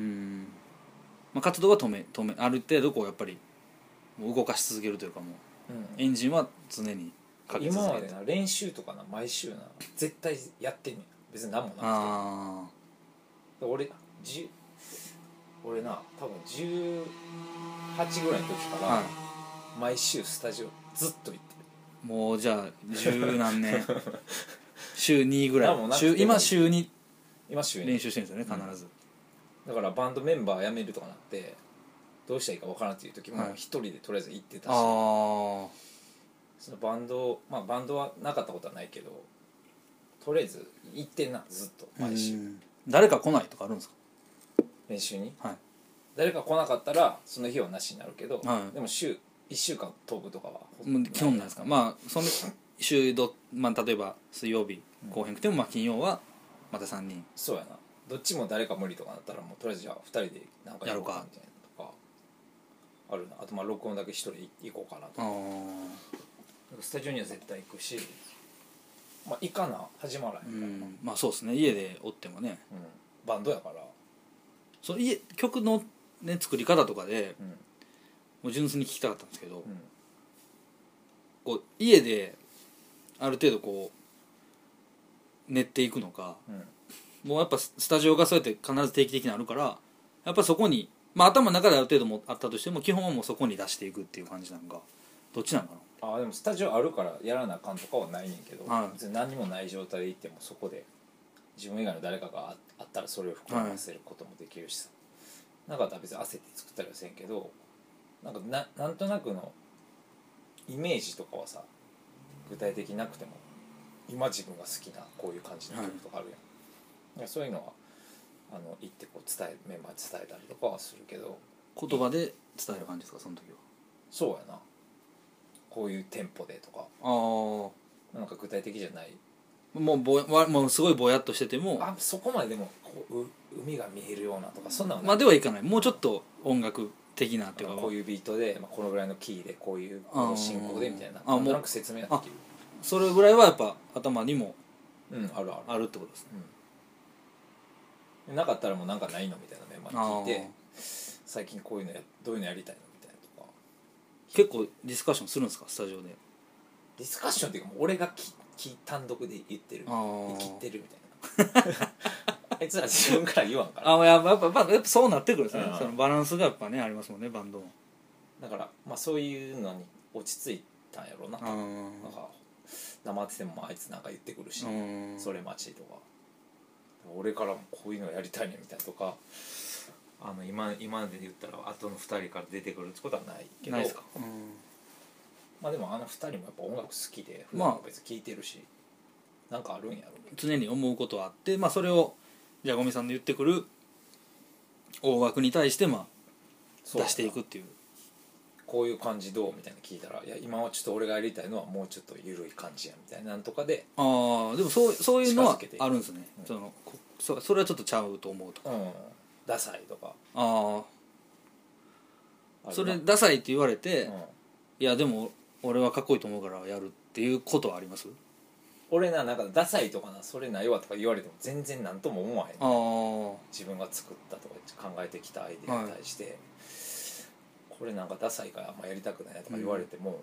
まあ、活動は止め止めある程度こうやっぱりもう動かし続けるというかもう、うん、エンジンは常にかけ続けて。 今までな練習とかな毎週な絶対やってんねん。別に何もなくて。あ俺じ俺な多分じゅうはちぐらいの時から毎週スタジオずっと行ってる。 もうじゃあ十何年週にぐらい週今週に今週に練習してるんですよね必ず、 うん、だからバンドメンバー辞めるとかなってどうしたらいいか分からんっていう時も一人でとりあえず行ってたし、はい、そのバンドまあバンドはなかったことはないけどとりあえず行ってんなずっと毎週。 誰か来ないとかあるんですか練習に、 はい、 誰か来なかったらその日はなしになるけど、はい、でも週いっしゅうかん飛ぶとかは基本なんですか。まあその週ど、まあ、例えば水曜日後編来てもまあ金曜はまたさんにん。 そうやな。どっちも誰か無理とかなったらもうとりあえずじゃあふたりでなんかやろうかみたいなとかあるな。あとまあ録音だけ一人行こうかなとか。スタジオには絶対行くし、まあ行かな始まらへんから、うん、 まあそうですね。家でおってもね、 うん、バンドやからそう家曲の、ね、作り方とかで、うん、もう純粋に聞きたかったんですけど、うん、こう家である程度こう練っていくのか、うん、もうやっぱスタジオがそうやって必ず定期的にあるからやっぱそこに、まあ、頭の中である程度もあったとしても基本はもうそこに出していくっていう感じなのかどっちなのかな。 あでもスタジオあるからやらなあかんとかはないねんけど、はい、別に何にもない状態で行ってもそこで自分以外の誰かがあったらそれを膨らませることもできるしさ、はい、なかったら別に焦って作ったりはせんけどなんか な, なんとなくのイメージとかはさ具体的なくても今自分が好きなこういう感じの曲とかあるやん、はい、そういうのはあの言ってこう伝えメンバーに伝えたりとかはするけど言葉で伝える感じですかその時は。 そうやな。こういうテンポでとかあなんか具体的じゃないもうぼもうすごいぼやっとしててもあそこまででもこうう海が見えるようなとかそんなのまあではいかない。もうちょっと音楽的なっていうかこういうビートで、まあ、このぐらいのキーでこういうこの進行でみたいななんとなく説明ができる。 それぐらいはやっぱ頭にもうんあるあるあるってことですね、 うん、なかったらもうなんかないのみたいなメンバーに聞いて最近こういうのやどういうのやりたいのみたいなとか結構ディスカッションするんですかスタジオで。 ディスカッションっていうかもう俺がきき単独で言ってる生きてるみたいなあいつら自分から言わんからあやっぱやっぱやっぱそうなってくるんですね、うん、そのバランスがやっぱねありますもんねバンドも。 だからまあそういうのに落ち着いたんやろうな。なんか黙っててもあいつなんか言ってくるしそれ待ちとか俺からもこういうのやりたいねみたいなとかあの 今, 今で言ったら後のふたりから出てくるってことはないけどないですか、うん、 まあでもあのふたりもやっぱ音楽好きで普段は別に聴いてるし、まあ、なんかあるんやろう常に思うことはあって、まあ、それをじゃあゴミさんの言ってくる大枠に対してまあ出していくっていうこういう感じどうみたいな聞いたらいや今はちょっと俺がやりたいのはもうちょっと緩い感じやみたいななんとかでああでもそうそういうのはあるんですね、うん、そのそ, それはちょっとちゃうと思うとか、うん、 ダサいとかああそれダサいって言われて、うん、いやでも俺はかっこいいと思うからやるっていうことはあります？ 俺ななんかダサいとかなそれないわとか言われても全然何とも思わへん、ね、自分が作ったとか考えてきたアイデアに対して、はい、これなんかダサいからあんまやりたくないとか言われても、うん、うん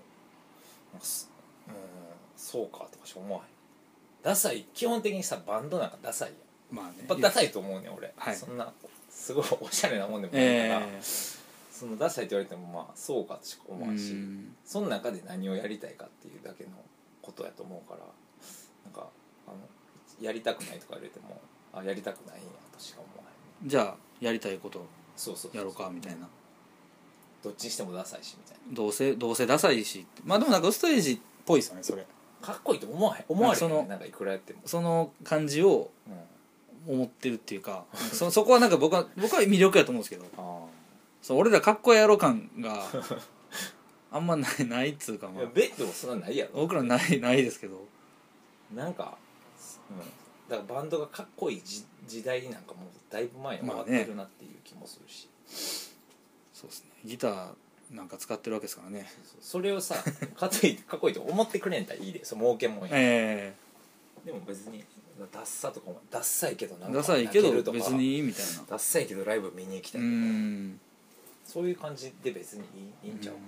そうかとかしか思わへん。ダサい基本的にさバンドなんかダサいやん、まあね、やっぱダサいと思うねん俺、はい、そんなすごいおしゃれなもんでもないから、えー、そのダサいって言われてもまあそうかとしか思わんし、んその中で何をやりたいかっていうだけのことやと思うからなんかあのやりたくないとか言われてもあやりたくないんやとしか思わへん。 じゃあやりたいことやろうかみたいな。 どっちにしてもダサいしみたいな。 どうせどうせダサいしまあでもなんかステージっぽいですよねそれ。 かっこいいと思わへん思われへんねんなんかいくらやってもその感じを思ってるっていうか、うん、そ, そこはなんか僕は僕は魅力やと思うんですけどあそう俺らかっこやろ感があんまないないっつうかまあベッドもそんなないやろ僕らないないですけどなんか、うん、だからバンドがかっこいいじ時代なんかもうだいぶ前に終わってるなっていう気もするし、 そうですね、ギターなんか使ってるわけですからね。 そうそうそれをさかっこいいかっこいいと思ってくれんたらいいで、その儲けもんや、 えでも別にダッサとかもダッサいけどなえー、 んかダサいけど泣けるとか別にいいみたいな。 ダッサいけどライブ見に行きたいうとか、 んそういう感じで別にいい、いいんちゃうかな、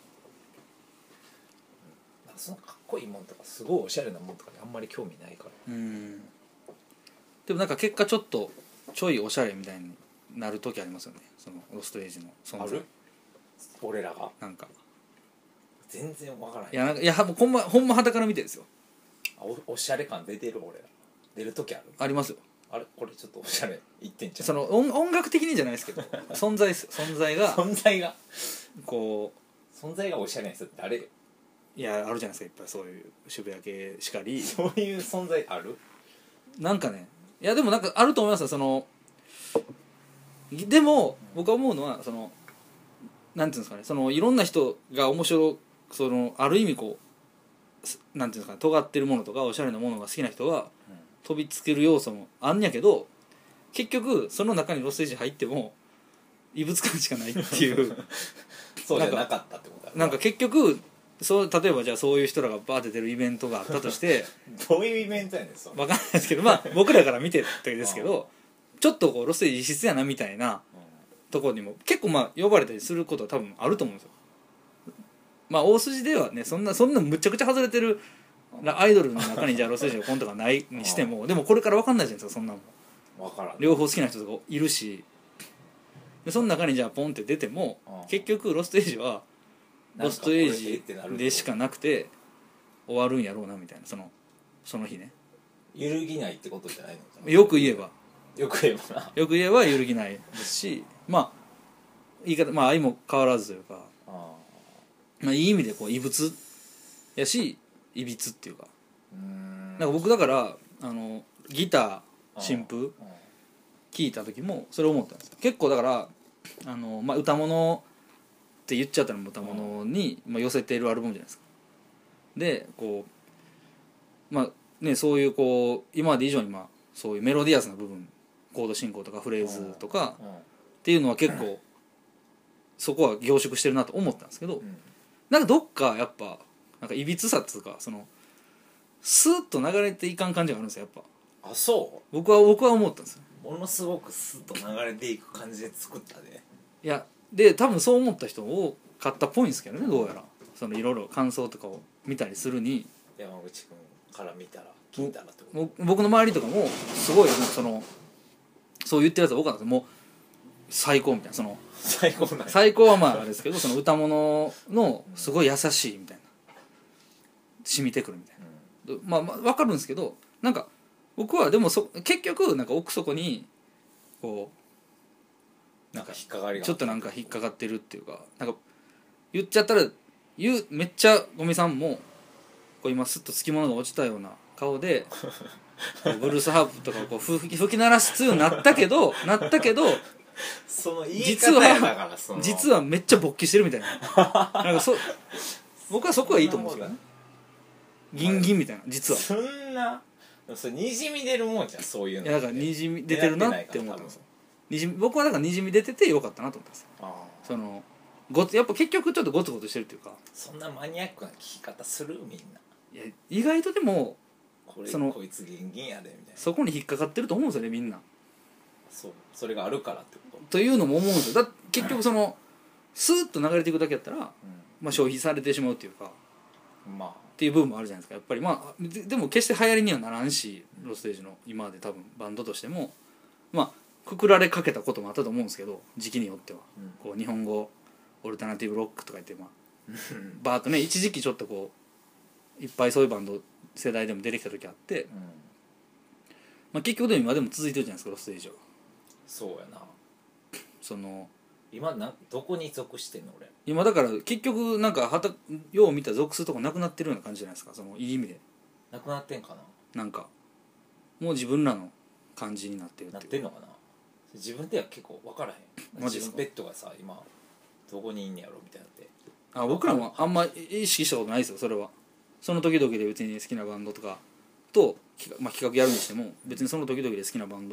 なんかそのかっこいいもんとかすごいおしゃれなもんとかにあんまり興味ないから、 うんでもなんか結果ちょっとちょいおしゃれみたいになる時ありますよね、そのロストエイジの存在。 ある俺らがなんか全然わからへん。 いやなんかいやもうほんまほんま肌から見てですよ。 あ お, おしゃれ感出てる俺ら出る時ある。 ありますよ。 あれこれちょっとおしゃれいってんちゃう。 その 音, 音楽的にじゃないですけど存在です存在が存在がこ存在がおしゃれな人って誰よ。 ういやあるじゃないですか、いっぱいそういう渋谷系しかりそういう存在ある。 なんかね、いやでもなんかあると思いますよ。そのでも僕は思うのはそのなんていうんですかね、そのいろんな人が面白そのある意味こうなんていうんですかね、尖ってるものとかおしゃれなものが好きな人が飛びつける要素もあんやけど、結局その中にロステージ入っても異物感しかないっていうそうじゃなかったってことだ。 なんか結局そう例えばじゃあそういう人らがバーって出るイベントがあったとしてどういうイベントやねんそれ。 分かんないですけど、まあ僕らから見てる時ですけどちょっとこうロステージ異質やなみたいなところにも結構まあ呼ばれたりすることは多分あると思うんですよ。まあ大筋ではねそんなそんなむちゃくちゃ外れてるアイドルの中にじゃあロステージのコントがないにしてもでもこれから分かんないじゃないですか、そんなもん分からん。 両方好きな人とかいるし、でその中にじゃあポンって出ても結局ロストエイジはロストエイジでしかなくて終わるんやろうなみたいな、そのその日ね。 揺るぎないってことじゃないの。 よく言えばよく言えばな。 よく言えば揺るぎないですし、まあ言い方まあ相も変わらずというか、 あまあいい意味でこう異物やしいびつっていうか、 うーんなんか僕だからあのギター新風聞いた時もそれ思ったんですよ。結構だからあの、まあ、歌物って言っちゃったら歌物に、まあ、寄せているアルバムじゃないですか。でこうまあねそういうこう今まで以上にまあそういうメロディアスな部分コード進行とかフレーズとかっていうのは結構そこは凝縮してるなと思ったんですけど、 うんなんかどっかやっぱなんかいびつさっていうかそのスーッと流れていかん感じがあるんですよやっぱ。 あそ僕は僕は思ったんですよ。 うものすごくスッと流れていく感じで作ったで。 いやで多分そう思った人多かったっぽいんですけどね、どうやらそのいろいろ感想とかを見たりするに山口君から見たら聞いたらってこも僕の周りとかもすごいなんかそのそう言ってるやつが多かったんですよ。もう最高みたいな、そのと。最高な最高はまああれですけどその歌物のすごい優しいみたいな染みてくるみたいな、まあまあ分かるんですけど、なんか僕はでもそ結局なんか奥底にこうなんか引っかかりがちょっとなんか引っかかってるっていうか、なんか言っちゃったら言うめっちゃゴミさんもこう今スッとつきものが落ちたような顔でこうブルースハープとかをこう吹き吹き鳴らすようになったけどなったけどその言い方やだからその実はめっちゃ勃起してるみたいななんかそ僕はそこはいいと思うんですよね。ギンギンみたいな実はそんなそれにじみ出るもんじゃんそういうの。 いやだからにじみ出てるなって思ったんですよ。にじみ僕はだからにじみ出ててよかったなと思ったんですよ。 あそのごつやっぱ結局ちょっとゴツゴツしてるっていうか、 そんなマニアックな聞き方するみんな。 いや意外とでもこれそのこいつギンギンやでみたいな。 そこに引っかかってると思うんですよねみんな。 そうそれがあるからってこと。 というのも思うんですよ。だ結局そのスーッと流れていくだけやったら、まあ、消費されてしまうっていうかうん、まあっていう部分もあるじゃないですかやっぱり。まあででも決して流行りにはならんしロステージの今まで多分バンドとしてもまあくくられかけたこともあったと思うんですけど時期によっては、 うんこう日本語オルタナティブロックとか言ってまあバーッとね一時期ちょっとこういっぱいそういうバンド世代でも出てきた時あって、 うん、 まあ、結局でも今でも続いてるじゃないですかロステージは。 そうやな。 その今なんどこに属してんの俺。 今だから結局なんかはたよう見た属するとこなくなってるような感じじゃないですか、そのいい意味で。 なくなってんかな。 なんかもう自分らの感じになってるなっいうっててんのかな。自分では結構分からへん。 マジですか自分ペットがさ今どこにいんねやろみたいなって。 あ僕らもあんま意識したことないですよそれは。その時々で別に好きなバンドとかと、まあ、企画やるにしても別にその時々で好きなバンド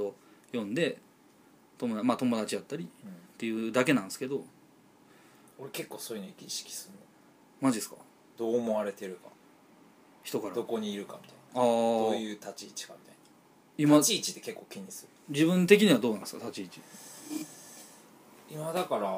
呼んで友達、まあ、友達やったりっていうだけなんですけど。 俺結構そういうの意識するの。 マジですか？ どう思われてるか、 人からどこにいるかみたいああな、どういう立ち位置かみたいな。 今立ち位置って結構気にする。 自分的にはどうなんですか立ち位置。 今だからう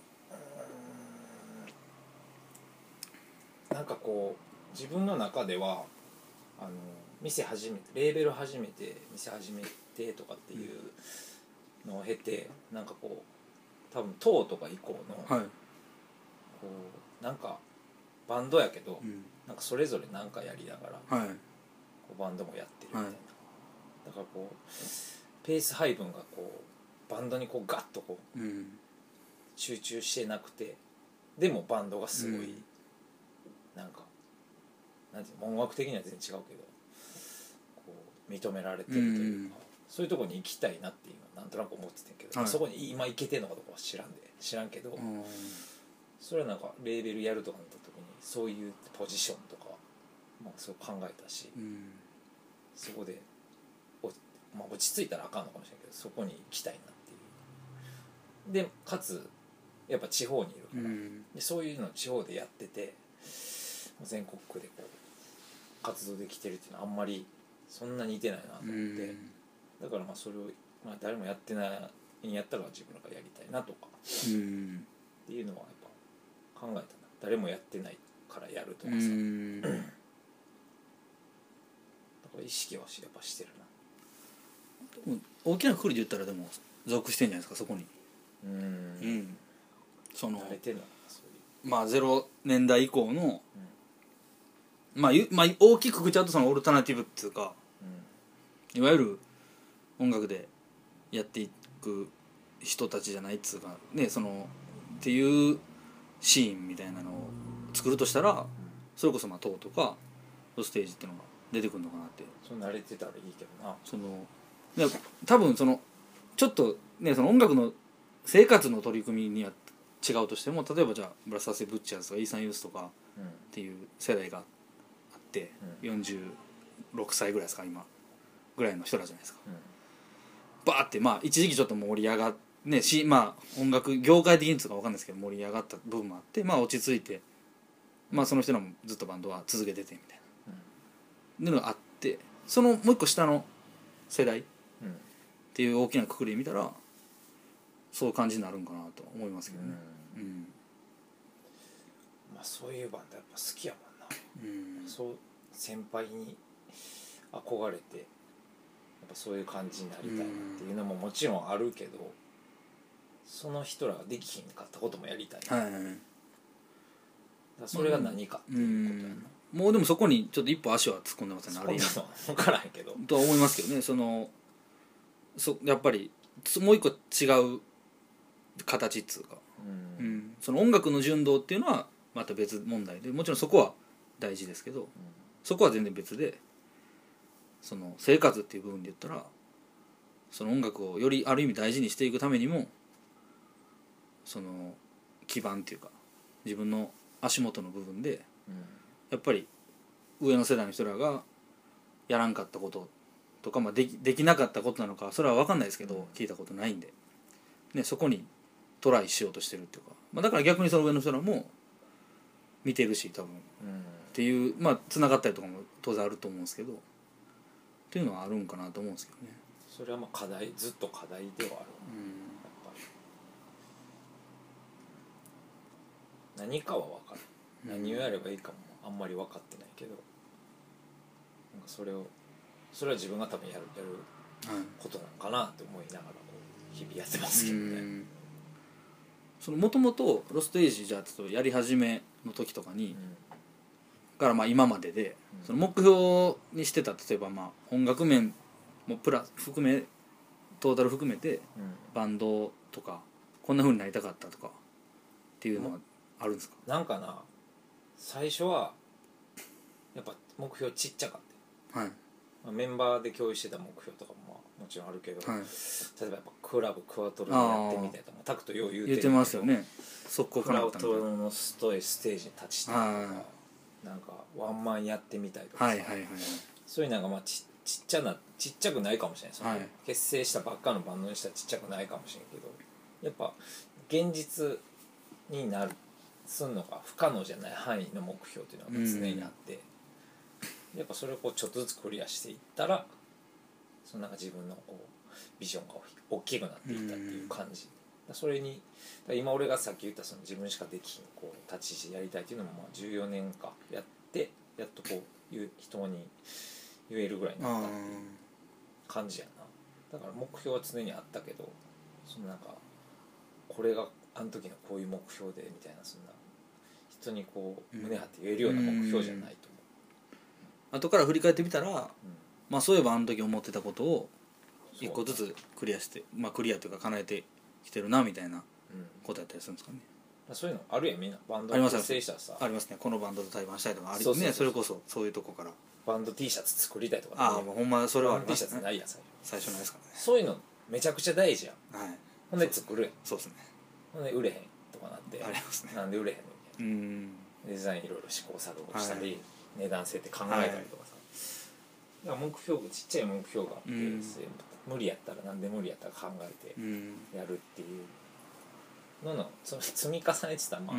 ーんなんかこう自分の中ではあの店始めてレーベル始めて店始めてとかっていうのを経て、なんかこう多分トーとか以降の、 はい、 こうなんかバンドやけど、 うん、 なんかそれぞれ何かやりながら、 はい、 こうバンドもやってるみたいな、 はい、 だからこうペース配分がこうバンドにこうガッとこううん集中してなくて、でもバンドがすごい、うん、なんかなんていうの音楽的には全然違うけどこう認められてるというか、うん、そういうところに行きたいなっていうのはなんとなく思ってたけど、はい、そこに今行けてんのかどうかは知らんで知らんけど、うん、それはなんかレーベルやるとかなった時にそういうポジションとか、まあ、そう考えたし、うん、そこでお、まあ、落ち着いたらあかんのかもしれないけどそこに行きたいなっていうでかつやっぱ地方にいるから、うん、でそういうのを地方でやってて全国区でこう活動できてるっていうのはあんまりそんなに似てないなと思って、うん、だからまあそれを、まあ、誰もやってないんやったら自分らがやりたいなとか、うん、っていうのはやっぱ考えたな。誰もやってないからやるとかさ、うん、だから意識はやっぱしてるな。大きなくくりで言ったらでも属してんじゃないですかそこに。 うん、うんその慣れてるのかなそういうまあゼロねんだい以降の、うん、まあ、まあ大きくくくっちゃうとそのオルタナティブっていうか、うん、いわゆる音楽でやっていく人たちじゃないっつうかねそのっていうシーンみたいなのを作るとしたら、うん、それこそまあトーとかステージっていうのが出てくるのかなって。 そう慣れてたらいいけどな。 その多分そのちょっとねその音楽の生活の取り組みには違うとしても例えばじゃあブラスターセ・ブッチャーズとかイーサン・ユースとかっていう世代があって、うん、よんじゅうろくさいぐらいですか今ぐらいの人らじゃないですか、うん、バーってまあ一時期ちょっと盛り上がってねしまあ音楽業界的につうか分かんないですけど盛り上がった部分もあってまあ落ち着いてまあその人らもずっとバンドは続けててみたいな、うん、っていうのがあってそのもう一個下の世代っていう大きな括りで見たらそういう感じになるんかなと思いますけどね、うんうん、 まあそういうバンドやっぱ好きやもんな、うん、そう先輩に憧れてやっぱそういう感じになりたいなっていうのももちろんあるけど、その人らができひんかったこともやりたいな、はいはいはい、だそれが何かっていうことやな、 うん、もうでもそこにちょっと一歩足は突っ込んでますねあれ分からへんけどとは思いますけどねそのそやっぱりもう一個違う形っつうか、うんうん、その音楽の純度っていうのはまた別問題でもちろんそこは大事ですけど、うん、そこは全然別でその生活っていう部分で言ったらその音楽をよりある意味大事にしていくためにもその基盤っていうか自分の足元の部分で、うん、やっぱり上の世代の人らがやらんかったこととか、まあ、でき、できなかったことなのかそれは分かんないですけど、うん、聞いたことないんで、ね、そこにトライしようとしてるっていうか、まあ、だから逆にその上の人らも見てるし多分、うん、っていうまあつながったりとかも当然あると思うんですけどっていうのはあるんかなと思うんですけどね。 それはまあ課題ずっと課題ではある、うん、やっぱり何かは分かる、うん、何をやればいいかもあんまり分かってないけどなんかそれをそれは自分が多分やるやることなのかなって思いながらこう日々やってますけどね。 そのもともとロストエイジじゃあちょっとやり始めの時とかに、うん、からまあ今までで、うん、その目標にしてた例えばまあ音楽面もプラス含めトータル含めて、うん、バンドとかこんな風になりたかったとかっていうのはあるんですか？ なんかな最初はやっぱ目標ちっちゃかった、はい、まあ、メンバーで共有してた目標とかもまあもちろんあるけど、はい、例えばやっぱクラブクワトロでやってみたいとかタクトよう言うてる言ってますよね。そこクワトロのストイステージに立ちたいとか、なんかワンマンやってみたいとかさ、はいはいはい、そういうのがまあちっちっちゃなちっちゃくないかもしれないその、 はい結成したばっかのバンドにしたらちっちゃくないかもしれんけどやっぱ現実になるすんのが不可能じゃない範囲の目標っていうのが常にあって、うん、やっぱそれをこうちょっとずつクリアしていったらそのなんか自分のこうビジョンが大きくなっていったっていう感じ、うん、それに今俺がさっき言ったその自分しかできひんこう立ち位置やりたいっていうのもまあじゅうよねんかやってやっとこう言う人に言えるぐらいになったっていう感じやな。だから目標は常にあったけどそのなんかこれがあの時のこういう目標でみたいなそんな人にこう胸張って言えるような目標じゃないと思う、 うん、後から振り返ってみたら、うん、まあそういえばあの時思ってたことを一個ずつクリアしてまあクリアというか叶えてきてるなみたいなことやったりするんですかね、 うん、そういうのあるやんみんなバンド結成したらさありますねこのバンドと対バンしたいとかありますねそれこそそういうとこからバンド T シャツ作りたいとか、 ね、ああもうほんまそれはありますねバンド T シャツないやん最初最初ないですからねそういうのめちゃくちゃ大事やん、はい、ほんで作るやんそうですねほんで売れへんとかなってありますねなんで売れへんのみたいなうんデザインいろいろ試行錯誤したり、はい、値段設定考えたりとかさ、はい、だから目標ちっちゃい目標があって、うん、無理やったらなんで無理やったら考えてやるっていうののその積み重ねてたらまあ、うん、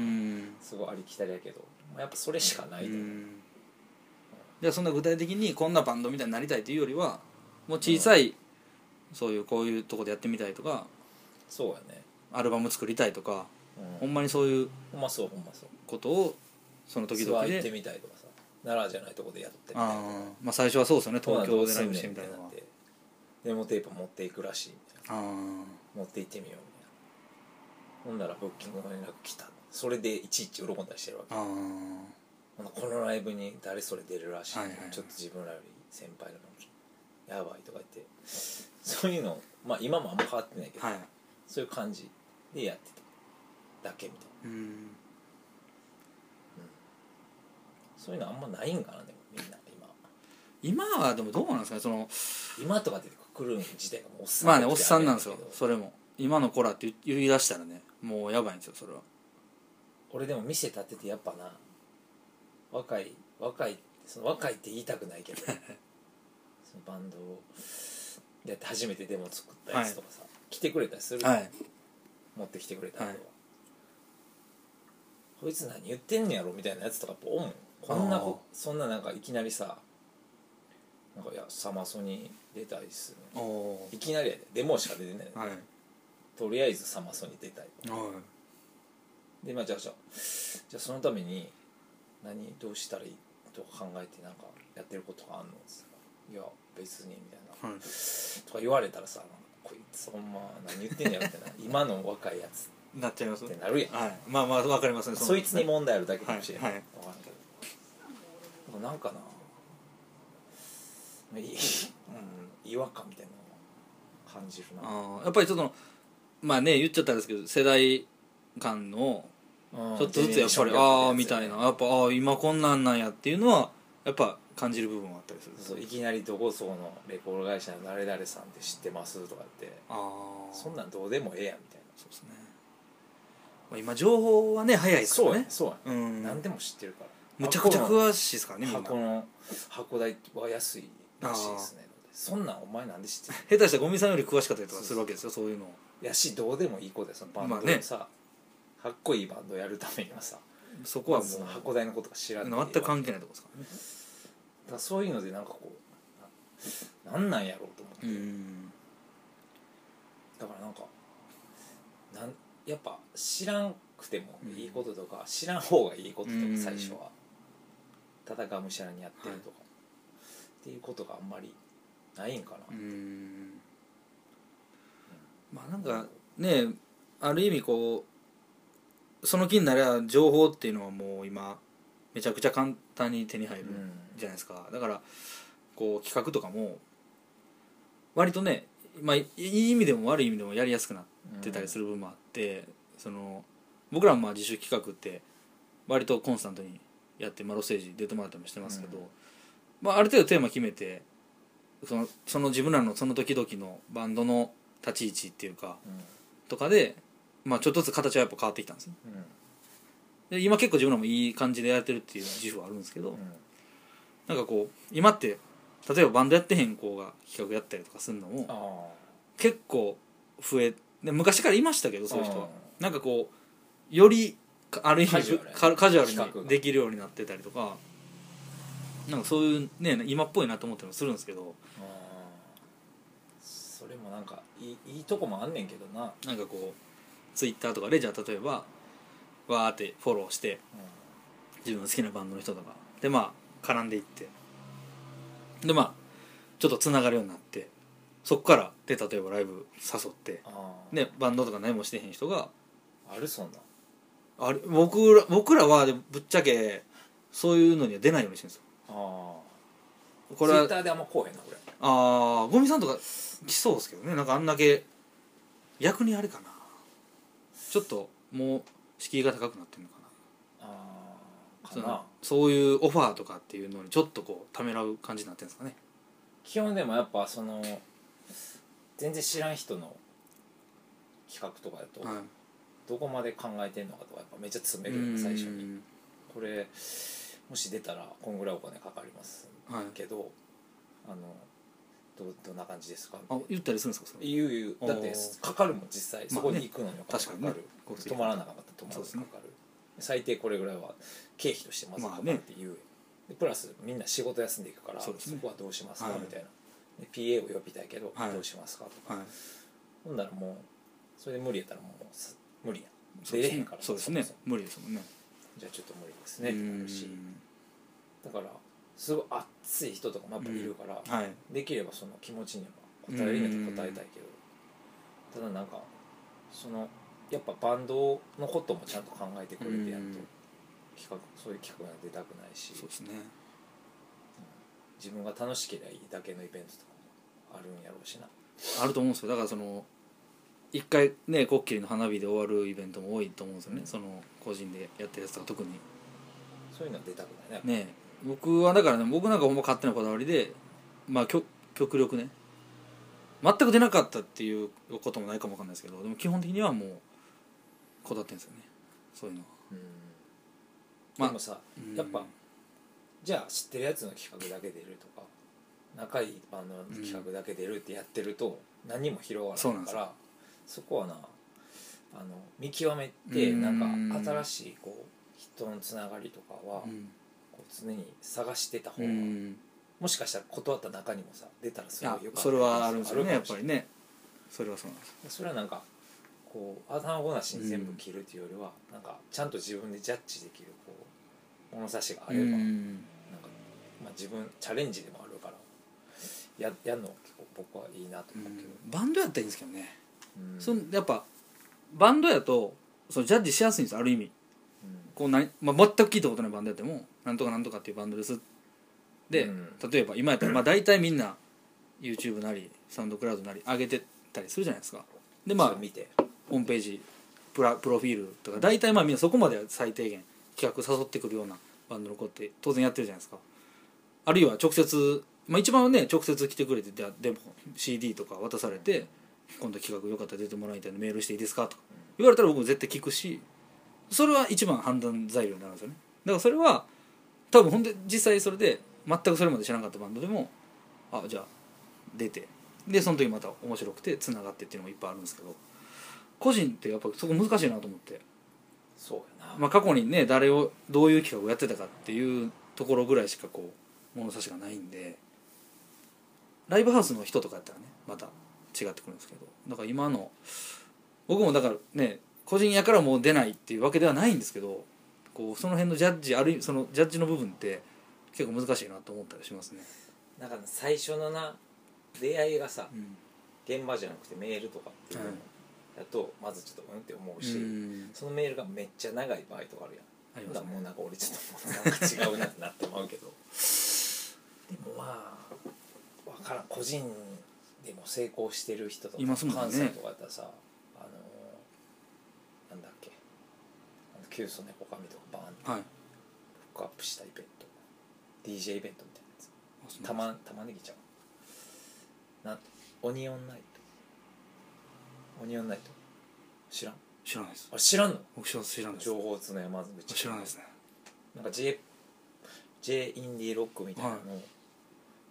すごいありきたりやけど、まあ、やっぱそれしかないと思う、うん、 じゃあそんな具体的にこんなバンドみたいになりたいというよりはもう小さい、うん、そういうこういうとこでやってみたいとかそうやねアルバム作りたいとか、うん、ほんまにそういうほんまそうほんまそうことをその時々でツアー行ってみたいとかさ奈良じゃないとこでやってみたいとかあ、まあ、最初はそうですよね東京でライブしてみたいなデモテープ持っていくらしいみたいなあ持って行ってみようみたいなほんならブッキングの連絡来たそれでいちいち喜んだりしてるわけあこのライブに誰それ出るらしい、はいはいはい、ちょっと自分らより先輩なのやばいとか言ってそういうのまあ今もあんま変わってないけど、はい、そういう感じでやってただけみたいな、うんうん、そういうのあんまないんかなでもみんな今今はでもどうなんですかねその今とかで来る自体がもうおっさんまあねおっさんなんですよそれも今の子らって言い出したらねもうやばいんですよそれは俺でも店立っててやっぱな若い若いその若いって言いたくないけどそのバンドをやって初めてデモ作ったやつとかさ、はい、来てくれたりする、はい、持ってきてくれたりとか、はい、こいつ何言ってんねやろみたいなやつとかやっぱ思うこんなこそんななんかいきなりさなんかいやサマソに出たいっすねいきなりやでデモしか出てない、はい、とりあえずサマソに出たい、はい、でまあじゃあじゃあじゃあそのために何どうしたらいいとか考えてなんかやってることがあんのいや別にみたいな、はい、とか言われたらさこいつほんま何言ってんやろってな今の若いやつなっちゃいますってなるやん、 はい、まあまあ分かりますねそ, そいつに問題あるだけかもしれない、はいはい、分からんけどなんかないい、うん、違和感みたいなのを感じるなあやっぱりちょっとまあね言っちゃったんですけど世代間のちょっとずつやっぱりああみたいなやっぱああ今こんなんなんやっていうのはやっぱ感じる部分はあったりするそういきなりどこそこのレコード会社の誰々さんって知ってますとかってあそんなんどうでもええやんみたいなそうですね、まあ、今情報はね早いですからねそうやそうや、うん、何でも知ってるからむちゃくちゃ詳しいですからねみんな箱の箱代は安いらしいですねそんなんお前なんで知ってる下手したらゴミさんより詳しかったりとかするわけですよそういうのやしどうでもいい子でそのバンドでさ、まあね、かっこいいバンドやるためにはさそこはもう、 ま、箱代のことが知らない全く関係ないとこですからねだからそういうのでなんかこうなんなんやろうと思ってうんだからなんかなんやっぱ知らんくてもいいこととか、うん、知らん方がいいこととか最初はただがむしゃらにやってるとか、はい、っていうことがあんまりないんかなうん、うん、 まあなんかねある意味こうその気になれば情報っていうのはもう今めちゃくちゃ簡単に手に入るじゃないですか、うん、だからこう企画とかも割とね、まあ、いい意味でも悪い意味でもやりやすくなってたりする部分もあって、うん、その僕らもまあ自主企画って割とコンスタントにやってマロステージ出てもらったりもしてますけど、うんまあ、ある程度テーマ決めてその、その自分らのその時々のバンドの立ち位置っていうか、うん、とかで、まあ、ちょっとずつ形はやっぱ変わってきたんですね、うん、で今結構自分らもいい感じでやってるっていう自負はあるんですけど、うん、なんかこう今って例えばバンドやってへん子が企画やったりとかするのもあ結構増えで昔からいましたけどそういう人はうなんかこうよりある意味カジュアルやねカカジュアル企画がにできるようになってたりとかなんかそういうね今っぽいなと思ったりもするんですけどあそれもなんかいいいいとこもあんねんけどな、 なんかこうツイッターとかでじゃあ例えばわーってフォローして自分の好きなバンドの人とかでまあ絡んでいってでまあちょっとつながるようになってそっからで例えばライブ誘ってあでバンドとか何もしてへん人があるそんなあれ僕ら僕らはでぶっちゃけそういうのには出ないようにしてるんですよ。 ああこれはツイッターであんまこうへんなこれああゴミさんとか来そうですけどねなんかあんだけ逆にあれかなちょっともう敷居が高くなってるのかなああかそのなそういうオファーとかっていうのにちょっとこうためらう感じになってるんですかね。 基本でもやっぱその全然知らん人の企画とかだと、 はいどこまで考えてんのかとかやっぱめっちゃ詰めるよね最初にこれもし出たらこんぐらいお金かかりますはいけど、あのどどんな感じですかあ言ったりするんですかそれ言う言うだってかかるもん実際そこに行くのにお金かかる、 まあね確かにね止まらなかったら止まらなかかる、最低これぐらいは経費としてまずかかるって言う、でプラスみんな仕事休んでいくから そ,、 そうですねこはどうしますか、 はいみたいなで ピーエー を呼びたいけど、 はいどうしますかとか、 はいほんならもうそれで無理やったらもうさ無理やそうですね出れへんからそうですねそもそも無理ですもんねじゃあちょっと無理ですねってなるし、だからすごい熱い人とかもやっぱいるから、 うんはいできればその気持ちには応えるんやったら応えたいけど、ただなんかそのやっぱバンドのこともちゃんと考えてくれてやっと企画そういう企画には出たくないし、 そうですね自分が楽しければいいだけのイベントとかもあるんやろうしな。 あると思うんですよだからその一回ねコッキリの花火で終わるイベントも多いと思うんですよね、 うんその個人でやってるやつとか特にそういうのは出たくないね僕はだからね僕なんかほんま勝手なこだわりでまあ極極力ね全く出なかったっていうこともないかもわかんないですけどでも基本的にはもうこだわってるんですよねそういうのはうん、 まあでもさ、 うんやっぱじゃあ知ってるやつの企画だけ出るとか仲いいバンドの企画だけ出るってやってると何にも広がらないから、そこはなあの見極めてうんなんか新しいこう人のつながりとかはうんこう常に探してた方が、 うんもしかしたら断った中にもさ出たらすごあいよかったそれはあるんですよねやっあるかもしれないぱりねそれはそうなんですそれはなんかこう頭ごなしに全部切るっていうよりは、なんかちゃんと自分でジャッジできるこう物差しがあれば、なんか、まあ、自分チャレンジでもあるからややるの結構僕はいいなと思うけど、 バンドやったらいいんですけどね、 うんそのやっぱバンドやとそのジャッジしやすいんですある意味こうな、まあ、全く聞いたことないバンドやってもなんとかなんとかっていうバンドですで、 うん例えば今やったらまあ大体みんな YouTube なりサウンドクラウドなり上げてたりするじゃないですかでまあそれ見てホームページプラプロフィールとか大体まあみんなそこまでは最低限企画誘ってくるようなバンドの子って当然やってるじゃないですかあるいは直接、まあ、一番はね直接来てくれてででも シーディー とか渡されて今度企画よかったら出てもらいたいのメールしていいですかとか言われたら僕も絶対聞くしそれは一番判断材料になるんですよねだからそれは多分ほんで実際それで全くそれまで知らなかったバンドでもあじゃあ出てでその時また面白くてつながってっていうのもいっぱいあるんですけど個人ってやっぱそこ難しいなと思ってそうやな、 まあ過去にね誰をどういう企画をやってたかっていうところぐらいしかこう物差しがないんでライブハウスの人とかやったらねまた違ってくるんですけどだから今の僕もだからね個人やからもう出ないっていうわけではないんですけどこうその辺のジャッジある意味そのジャッジの部分って結構難しいなと思ったりしますね。 なんか最初のな出会いがさ、 うん現場じゃなくてメールとかっていうのはいやとまずちょっとうんって思うし、 うんそのメールがめっちゃ長い場合とかあるやんありますねほんならもうなんか俺ちょっともうなんか違うなってなってまうけどでもまあ分からん個人でも成功してる人とかいますもんね関西とかやったらさあのー、なんだっけあのキュウソネコカミとかバーンってはいフックアップしたイベント ディージェー イベントみたいなやつたま玉ねぎちゃうなオニオンナイトオニオンナイト知らん知らないですあ知らんの僕知ら知らないです情報通の山口知らないですねなんか J, J インディーロックみたいなのを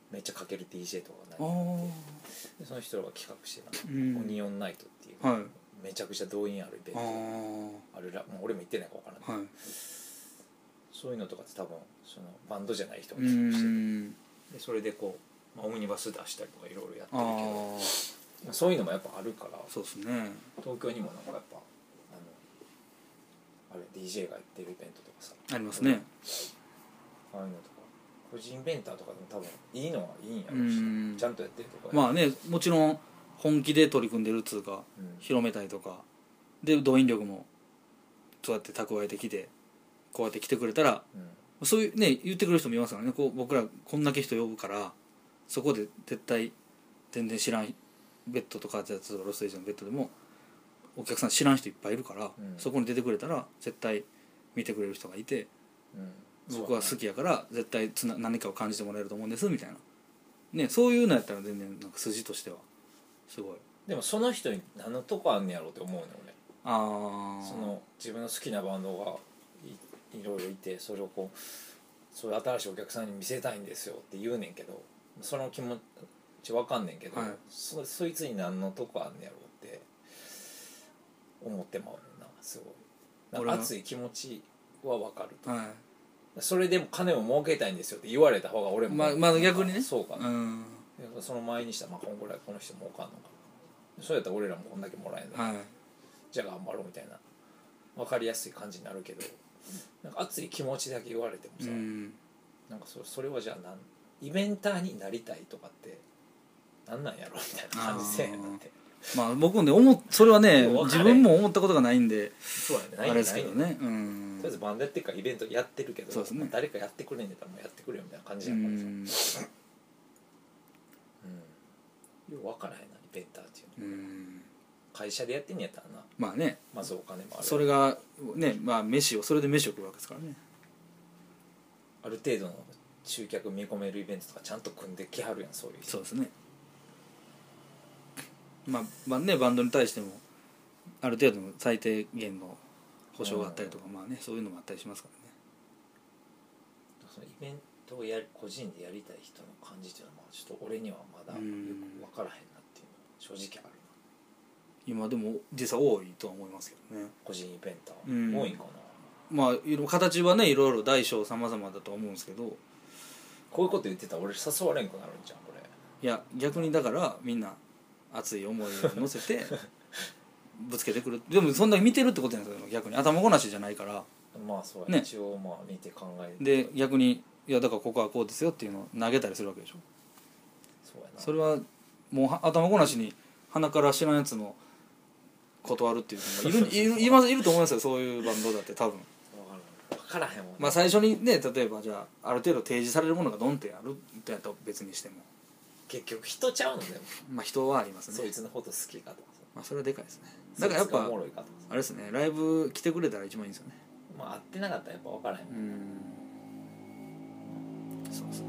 めっちゃかける ディージェー とかあ何ーでその人らが企画してな、 うんオニオンナイトっていう、 はいめちゃくちゃ動員あるイベントああるら、まあ、俺も行ってないか分からない、 ーはいそういうのとかって多分そのバンドじゃない人うが企画してるんでそれでこう、まあ、オムニバス出したりとかいろいろやってあるけどあまあそういうのもやっぱあるからそうですね東京にもなんかやっぱあのあれ ディージェー がやってるイベントとかさありますねああいうのとか個人イベンターとかでも多分いいのはいいんやろううんしちゃんとやってるとかまあねもちろん本気で取り組んでるっつうかうん広めたいとかで動員力もそうやって蓄えてきてこうやって来てくれたらうんそういうね言ってくれる人もいますからねこう僕らこんだけ人呼ぶからそこで絶対全然知らんベッドとかじゃあロストエイジのベッドでもお客さん知らん人いっぱいいるから、 うんそこに出てくれたら絶対見てくれる人がいてうん僕は好きやから絶対つな何かを感じてもらえると思うんですみたいな、ね、そういうのやったら全然なんか筋としてはすごいでもその人に何のとこあんねやろうって思うね俺ああその自分の好きなバンドがい、いろいろいてそれをこうそういう新しいお客さんに見せたいんですよって言うねんけどその気持ちわかんねんけど、 はい、 そ, そいつに何のとこあんねやろうって思ってまうねんなすごいなんか熱い気持ちはわかると、 はいそれでも金を儲けたいんですよって言われた方が俺もまあまあ逆にねそうかな、 うんその前にしたら、まあ、こんぐらいこの人儲かんのかなそうやったら俺らもこんだけもらえるの、 はいじゃあ頑張ろうみたいな分かりやすい感じになるけどなんか熱い気持ちだけ言われてもさ、 うんなんか そ, それはじゃあなんイベンターになりたいとかってなんなんやろみたいな感じせえへんなってまあ僕もね思っそれはね分かれ自分も思ったことがないんでそうやねないあれですけどないねうんとりあえずバンドやってるからイベントやってるけどそうですね誰かやってくれんねんからもうやってくれよみたいな感じうやからさ、 んうん、よう分からへんなイベンターっていうのうん会社でやってんねやったらなまあねまずお金もあるそれがねまあ飯をそれで飯を食うわけですからねある程度の集客見込めるイベントとかちゃんと組んできはるやんそういう人そうですねまあまあねバンドに対してもある程度の最低限の保証があったりとか、まあねそういうのもあったりしますからねそのイベントをやる個人でやりたい人の感じっていうのはまあちょっと俺にはまだよく分からへんなっていうのは正直あるな今でも実際多いとは思いますけどね個人イベントうん多いんかな、 まあいろ形はねいろいろ大小様々だとは思うんですけどこういうこと言ってたら俺誘われんくなるんじゃんこれいや逆にだからみんな熱い思いを乗せてぶつけてくるでもそんなに見てるってことなんですよ逆に頭ごなしじゃないからまあそうや、 ね一応まあ見て考えてで逆にいやだからここはこうですよっていうのを投げたりするわけでしょそうやなそれはもうは頭ごなしに鼻から知らんやつの断るっていうのもいるいるいますいると思いますよそういうバンドだって多分分からへんもんね、 まあ最初にね例えばじゃあある程度提示されるものがドンってあるってやったら別にしても結局人ちゃうのでも、 まあ人はありますねそいつのこと好きかとかさまあそれはでかいですねだからやっぱそいつがおもろいかとかさあれですねライブ来てくれたら一番いいんですよねまあ会ってなかったらやっぱ分からへんもん、 うんそうですね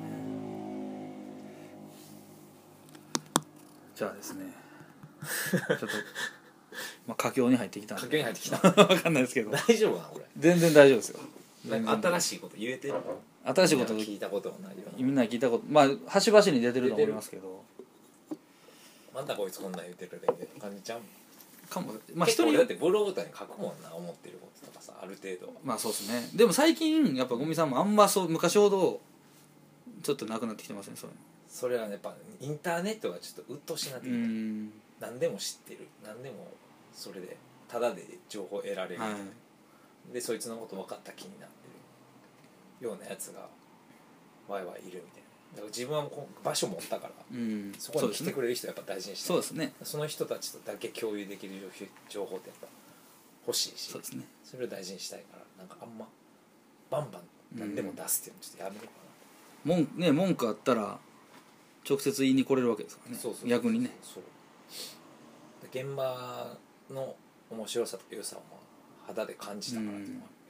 じゃあですねちょっとまあ佳境に入ってきたんで佳境に入ってきた分かんないですけど大丈夫なのこれ全然大丈夫ですよなんか新しいこと言えてる新しいこと聞いたこともないようなみんな聞いたことまあ端々に出てると思いますけどまたこいつこんなん言ってるでみたいな感じちゃうかもまあ結一人構俺だってブログとかに書くもんな思ってることとかさある程度はまあそうですねでも最近やっぱゴミさんもあんまそう昔ほどちょっとなくなってきてますねそういうそれはねやっぱインターネットがちょっと鬱陶しいなってのうん何でも知ってる何でもそれでタダで情報得られる、 はいでそいつのこと分かった気になってるようなやつがワイワイいるみたいなだから自分はもうこう場所持ったからうんそこに来てくれる人はやっぱ大事にしてそうですねその人たちとだけ共有できる情報ってやっぱ欲しいしそうですねそれを大事にしたいからなんかあんまバンバン何でも出すっていうのちょっとやめようか文ね文句あったら直接言いに来れるわけですからな、 ねそうそうそう逆にねそうで現場の面白さとか良さをまあ肌で感じたからっていうのもある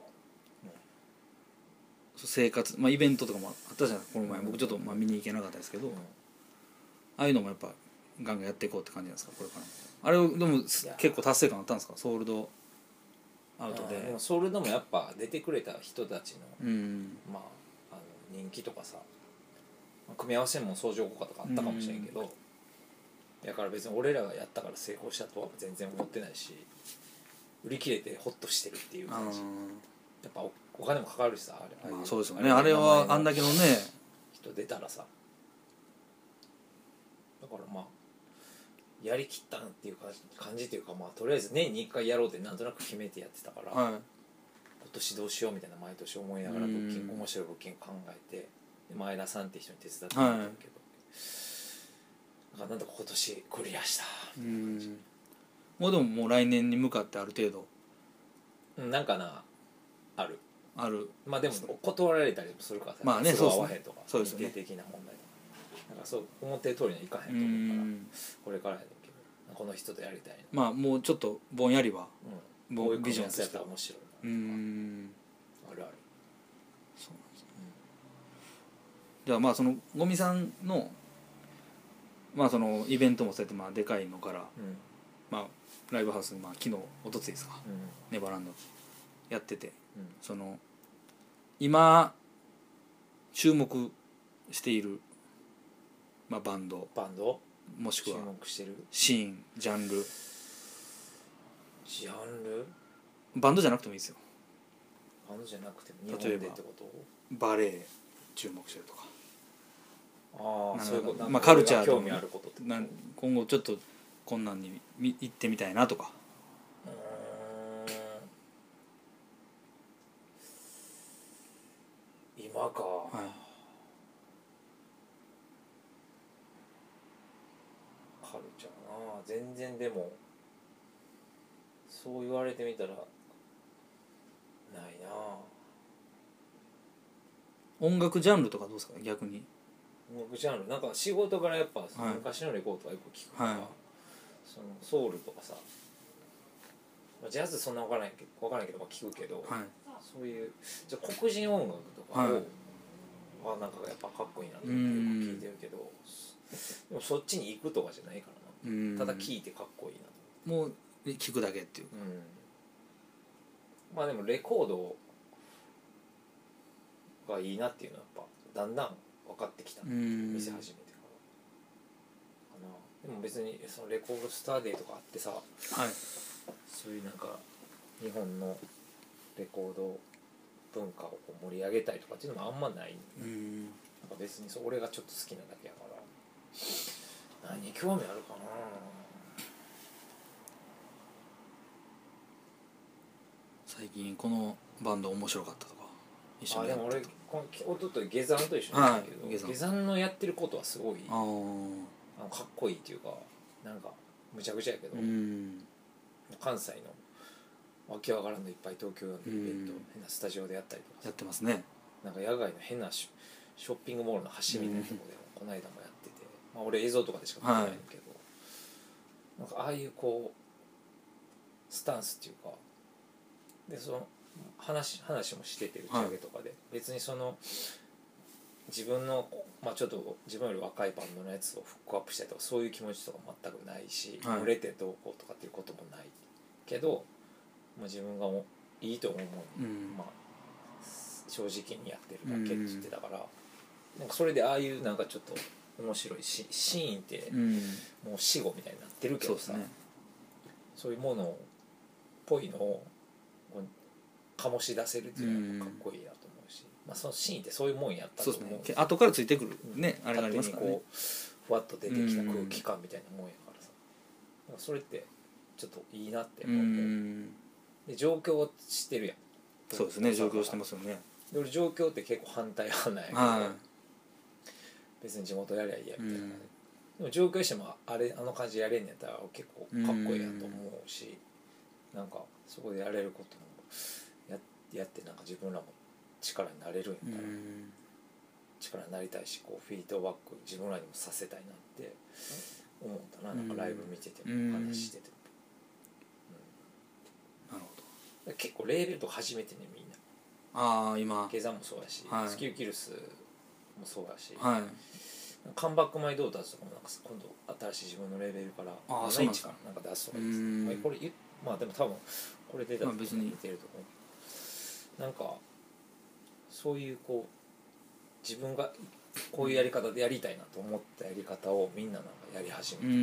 生活、まあ、イベントとかもあったじゃないこの前僕ちょっとまあ見に行けなかったですけど、 うんああいうのもやっぱガンガンやっていこうって感じなんですかこれからあれでも結構達成感あったんですかソールドアウトであでもそれでもやっぱ出てくれた人たちの、 うんまあ、あの人気とかさ組み合わせも相乗効果とかあったかもしれんけど、だから別に俺らがやったから成功したとは全然思ってないし、売り切れてホッとしてるっていう感じ。やっぱ お, お金もかかるしさ、あれ、 まあ、そうですよね。あれはあんだけのね人出たらさ、だからまあやりきったなっていう感じというか、まあとりあえず年にいっかいやろうってなんとなく決めてやってたから、はい、今年どうしようみたいな毎年思いながら物件、面白い物件考えて、前田さんって人に手伝ってもらったけど、はい、なんとか今年クリアしたみたいな感じ。 もうでももう来年に向かってある程度、 うん、なんかな、あるある。 まあでも断られたりもするからさ、 まあね、そう合わへんとか、 そうですね、 日程的な問題とか、なんかそう思ってる通りにはいかへんと思うから、これからやるけどこの人とやりたいな。 まあもうちょっとぼんやりは、 うん、こういうビジョンとしては面白いな。 うん、 あるある。 そうなんですね。うん、じゃあまあそのゴミさんのまあそのイベントもそうやってまあでかいのから、うん、まあライブハウス、まあ昨日おとついですか、うん、ネバランドやってて、うん、その今注目している、まあ、バンドバンドもしくは注目してるシーン、ジャンルジャンルバンドじゃなくてもいいですよ。 バンドじゃなくても日本でってこと？ バレエ注目してるとか、 ああそういうこと、 まあ、カルチャー興味あることってなん今後ちょっとこんなんに行ってみたいなとか。 今か、はい、カルチャーな、全然でもそう言われてみたらないな。 音楽ジャンルとかどうですか逆に。 音楽ジャンルなんか仕事からやっぱ昔のレコードとかよく聞くから、はい、そのソウルとかさ、ジャズそんな分からないけど分からないけど、まあ、聞くけど、はい、そういうじゃ黒人音楽とかを、はい、あなんかやっぱかっこいいなってよく聞いてるけど、でもそっちに行くとかじゃないからな、ただ聞いてかっこいいなと。 もう聞くだけっていう、 うん、まあでもレコードがいいなっていうのはやっぱだんだん分かってきた、見せ始めてからかな。でも別にそのレコードスターデーとかあってさ、はい、そういうなんか日本のレコード文化を盛り上げたいとかっていうのもあんまない。うん、なんか別にそ俺がちょっと好きなだけやから何に興味あるかな。 最近このバンド面白かったとか一緒にやったとか。あでも俺おととい下山と一緒にやったけど、はい、下山のやってることはすごいああかっこいいっていうかなんかむちゃくちゃやけど、うん、関西のわけわからんのいっぱい東京のイベント、うん、変なスタジオでやったりとかやってますね。 なんか野外の変なショッピングモールの端みたいなところでこの間もやってて、まあ、俺映像とかでしか見てないんだけど、はい、なんかああいうこうスタンスっていうかでその話, 話もしてて打ち上げとかで、はい、別にその自分の、まあ、ちょっと自分より若いバンドのやつをフックアップしたりとかそういう気持ちとか全くないし、はい、売れてどうこうとかっていうこともないけど、まあ、自分がもいいと思うものに、うんまあ、正直にやってるだけって言ってたから、うん、なんかそれでああいうなんかちょっと面白いしシーンって、うん、もう死後みたいになってるけどさ、そうですね、そういうものっぽいのを醸し出せるっていうのがかっこいいなと思うし、まあ、そのシーンってそういうもんやったと思う。そうですね、後からついてくるね、うん、あれがありますからね。 勝手にこうふわっと出てきた空気感みたいなもんやからさ、だからそれってちょっといいなって思って、うん、で状況を知ってるやん。 そうですね、状況してますよね。 で俺状況って結構反対派なんやけど、はい、別に地元やりゃいいやみたいな、うん、でも状況してもあれあの感じやれんやったら結構かっこいいなと思うし、うん、なんかそこでやれることもや, やってなんか自分らも力になれるんやから、うん、力になりたいしこうフィードバック自分らにもさせたいなって思ったな、うん、なんかライブ見てても話してても、 うん、なるほど。 結構レーベルとか初めてねみんな。 ああ今下山もそうだし、はい、スキルキルスもそうだし、 はい、 カムバックマイドーターズとかもなんか今度新しい自分のレーベルからああそうなんですか、 なんか出すとかですね。これまあでも多分これ出た時に出てると思う。なんかそういうこう自分がこういうやり方でやりたいなと思ったやり方をみんななんかやり始めてて、 うん、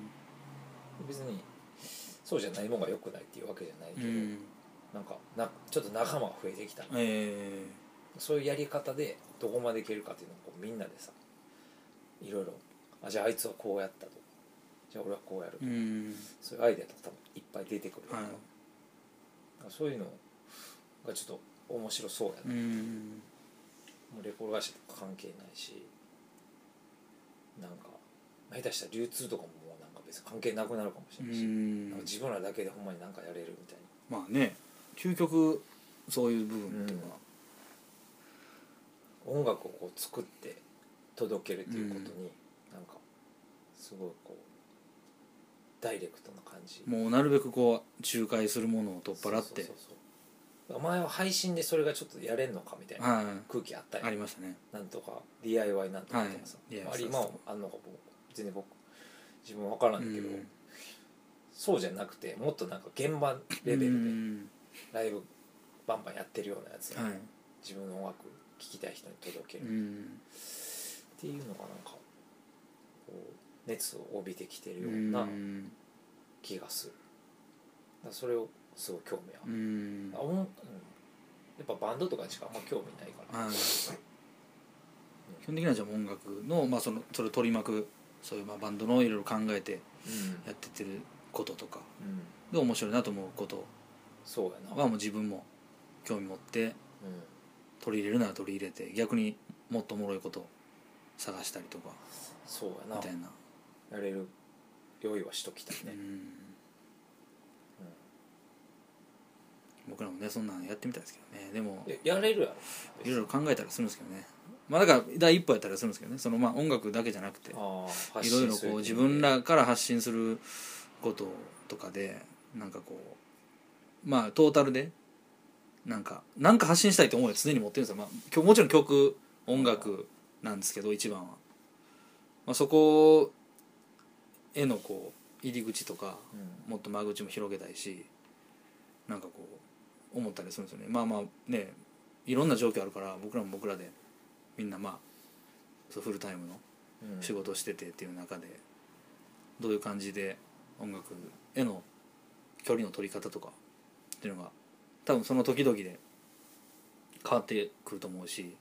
別にそうじゃないものが良くないっていうわけじゃないけど、 うん、 なんかなちょっと仲間が増えてきた、 えそういうやり方でどこまでいけるかっていうのをこうみんなでさいろいろあじゃああいつはこうやったとかじゃあ俺はこうやるとー、 か、 うん、 そういうアイデアとか多分いっぱい出てくるから、 はい、 そういうのがちょっと面白そうやな、 うもん、 うレコード会社とか関係ないし、なんか下手したら流通とかももうなんか別に関係なくなるかもしれないし、 うん、 なんか自分らだけでほんまになんかやれるみたいな。 まあね究極そういう部分っていうのは、 うん、音楽をこう作って届けるっていうことに、うん、なんかすごいこうダイレクトな感じ、 もうなるべくこう仲介するものを取っ払って、そうそうそうそう、前は配信でそれがちょっとやれんのかみたいな空気あったり、 はい、ありましたね。 なんとか ディーアイワイ なんとかとかさ、はい、あれ今はあんのか僕全然僕自分分からんけど、うん、そうじゃなくてもっとなんか現場レベルでライブバンバンやってるようなやつが、はい、自分の音楽聴きたい人に届ける、うん、っていうのがなんかこう熱を帯びてきてるような気がする。だからそれをすごい興味ある、うん、あ、うん、やっぱバンドとかにしかあんま興味ないから、はい、 基本的にはじゃあ音楽の、まあ、そのそれを取り巻くそういうまあバンドのいろいろ考えてやってってることとか、うん、で面白いなと思うことはもう自分も興味持って取り入れるなら取り入れて、逆にもっとおもろいことを探したりとか、 そうやなみたいなやれる用意はしときたいね、うんうん、 僕らもねそんなんやってみたいですけどね。でもやれるやろいろいろ考えたらするんですけどね。まあだから第一歩やったらするんですけどね。そのまあ音楽だけじゃなくていろいろこう自分らから発信することとかでなんかこうまあトータルでなんかなんか発信したいと思うよ常に持ってるんですよ。まあ今日もちろん曲音楽なんですけど一番は、まあ、そこへのこう入り口とか、うん、もっと間口も広げたいしなんかこう思ったりするんですよね。まあまあねいろんな状況あるから僕らも僕らでみんなまあそうフルタイムの仕事をしててっていう中でどういう感じで音楽への距離の取り方とかっていうのが多分その時々で変わってくると思うし、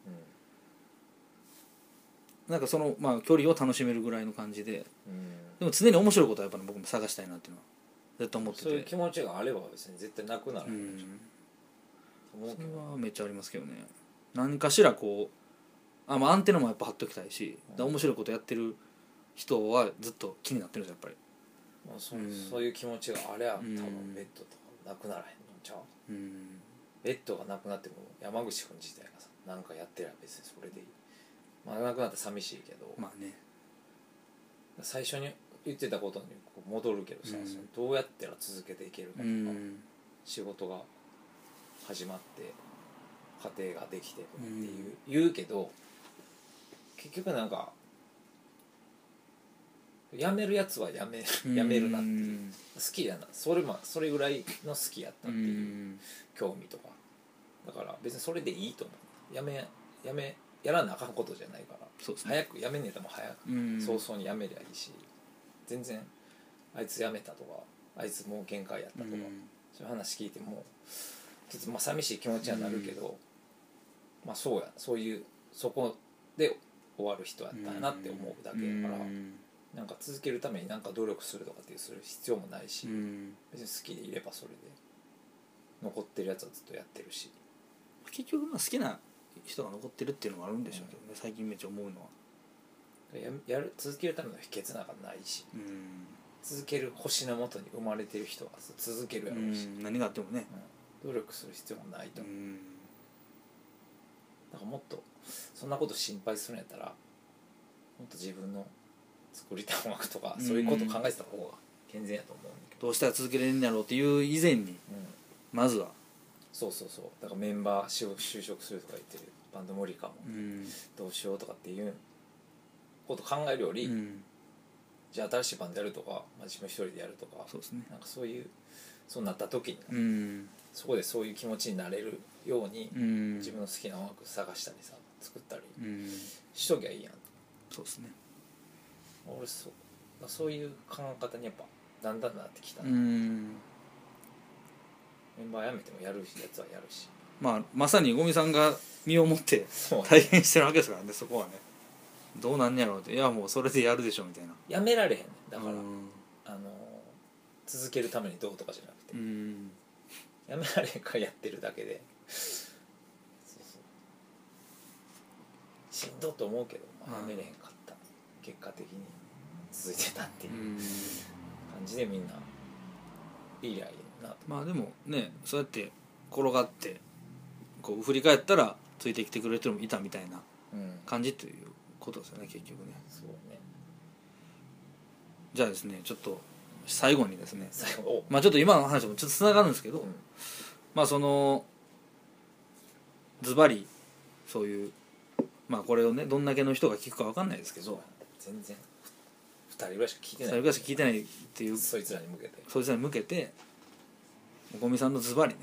うん、なんかそのまあ距離を楽しめるぐらいの感じで、うん、でも常に面白いことはやっぱり僕も探したいなっていうのは絶対思ってて、 そういう気持ちがあれば別に絶対なくなる、うん、 それはめっちゃありますけどね。何かしらこうあ、まあ、アンテナもやっぱ張っときたいし、うん、面白いことやってる人はずっと気になってるんですよやっぱり、 まあ そ, うん、そういう気持ちがあれは多分ベッドとかなくならへんのちゃう、うん、ベッドがなくなっても山口君自体がさ何かやってりゃ別にそれでいい、まあ、なくなったら寂しいけど、 まあね、 最初に言ってたことにこう戻るけどさ、うん、そのどうやったら続けていけるかとか、うん、仕事が始まって家庭ができてっていう、うん、言うけど結局なんか辞めるやつは辞め、辞めるなっていう、好きやなそれもそれぐらいの好きやったっていう興味とかだから別にそれでいいと思う。辞め辞めやらなあかんことじゃないから、そうですね、早く辞めねえとも早く早々に辞めりゃいいし、全然あいつ辞めたとかあいつもう限界やったとか、そういう話聞いてもちょっとまあ寂しい気持ちにはなるけど、まあそうやそういうそこで終わる人やったんやなって思うだけやから、なんか続けるためになんか努力するとかっていうする必要もないし、別に好きでいればそれで残ってるやつはずっとやってるし、 結局まあ好きな人が残ってるっていうのもあるんでしょうけどね、うん、最近めっちゃ思うのはや, やる続けるための秘訣なんかないし、うん、続ける星のもとに生まれてる人は続けるやろうし、 うん、何があってもね、 うん、努力する必要もないと思う、うん、だからもっとそんなこと心配するんやったらもっと自分の作りたい音楽とかそういうことを考えてた方が健全やと思うんだけど、 どうしたら続けられるんだろうっていう以前に、うん、まずはそうそうそう、だからメンバー就職するとか言ってるバンドモリカも、うん、どうしようとかっていうこと考えるより、うん、じゃあ新しいバンドやるとか、まあ、自分一人でやるとか、 そうですね、 なんかそういうそうなった時に、 うん、 そこでそういう気持ちになれるように、 うん、 自分の好きな音楽探したりさ作ったりうん、 しときゃいいやん。 そうですね。 俺そうそういう考え方にやっぱだんだんなってきた、 うん、 メンバー辞めてもやるやつはやるし、 まあまさにゴミさんが身をもってそう体現してるわけですからね、そこはね。どうなんやろうって、いやもうそれでやるでしょみたいな。 やめられへんねんだから、 うん、 あの続けるためにどうとかじゃなくて、 うん、 やめられへんからやってるだけで、そうそうしんどと思うけど、まあ、やめれへんかった、結果的に続いてたっていう感じで、みんないいやいいなと。 まあでもね、そうやって転がってこう振り返ったらついてきてくれる人もいたみたいな感じということですよね、結局ね。 そうね。 じゃあですね、ちょっと最後にですね、 最後まあちょっと今の話もちょっとつながるんですけど、うん、まあそのズバリそういうまあこれをねどんだけの人が聞くか分かんないですけど、 全然ふたりぐらいしか聞いてない、 ふたりぐらいしか聞いてないっていう、 そいつらに向けてそいつらに向けてゴミさんのズバリね、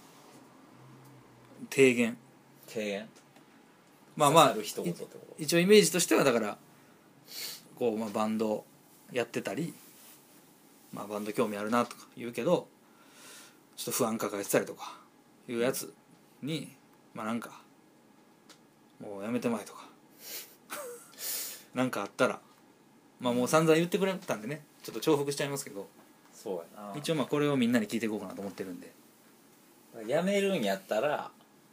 うん、提言提言まあまあ一応イメージとしてはだからこう、まあ、バンドやってたり、まあ、バンド興味あるなとか言うけどちょっと不安抱えてたりとかいうやつにまあなんかもうやめてまいとかなんかあったらまあもう散々言ってくれたんでねちょっと重複しちゃいますけど、 そうやな、 一応まあこれをみんなに聞いていこうかなと思ってるんで、 やめるんやったら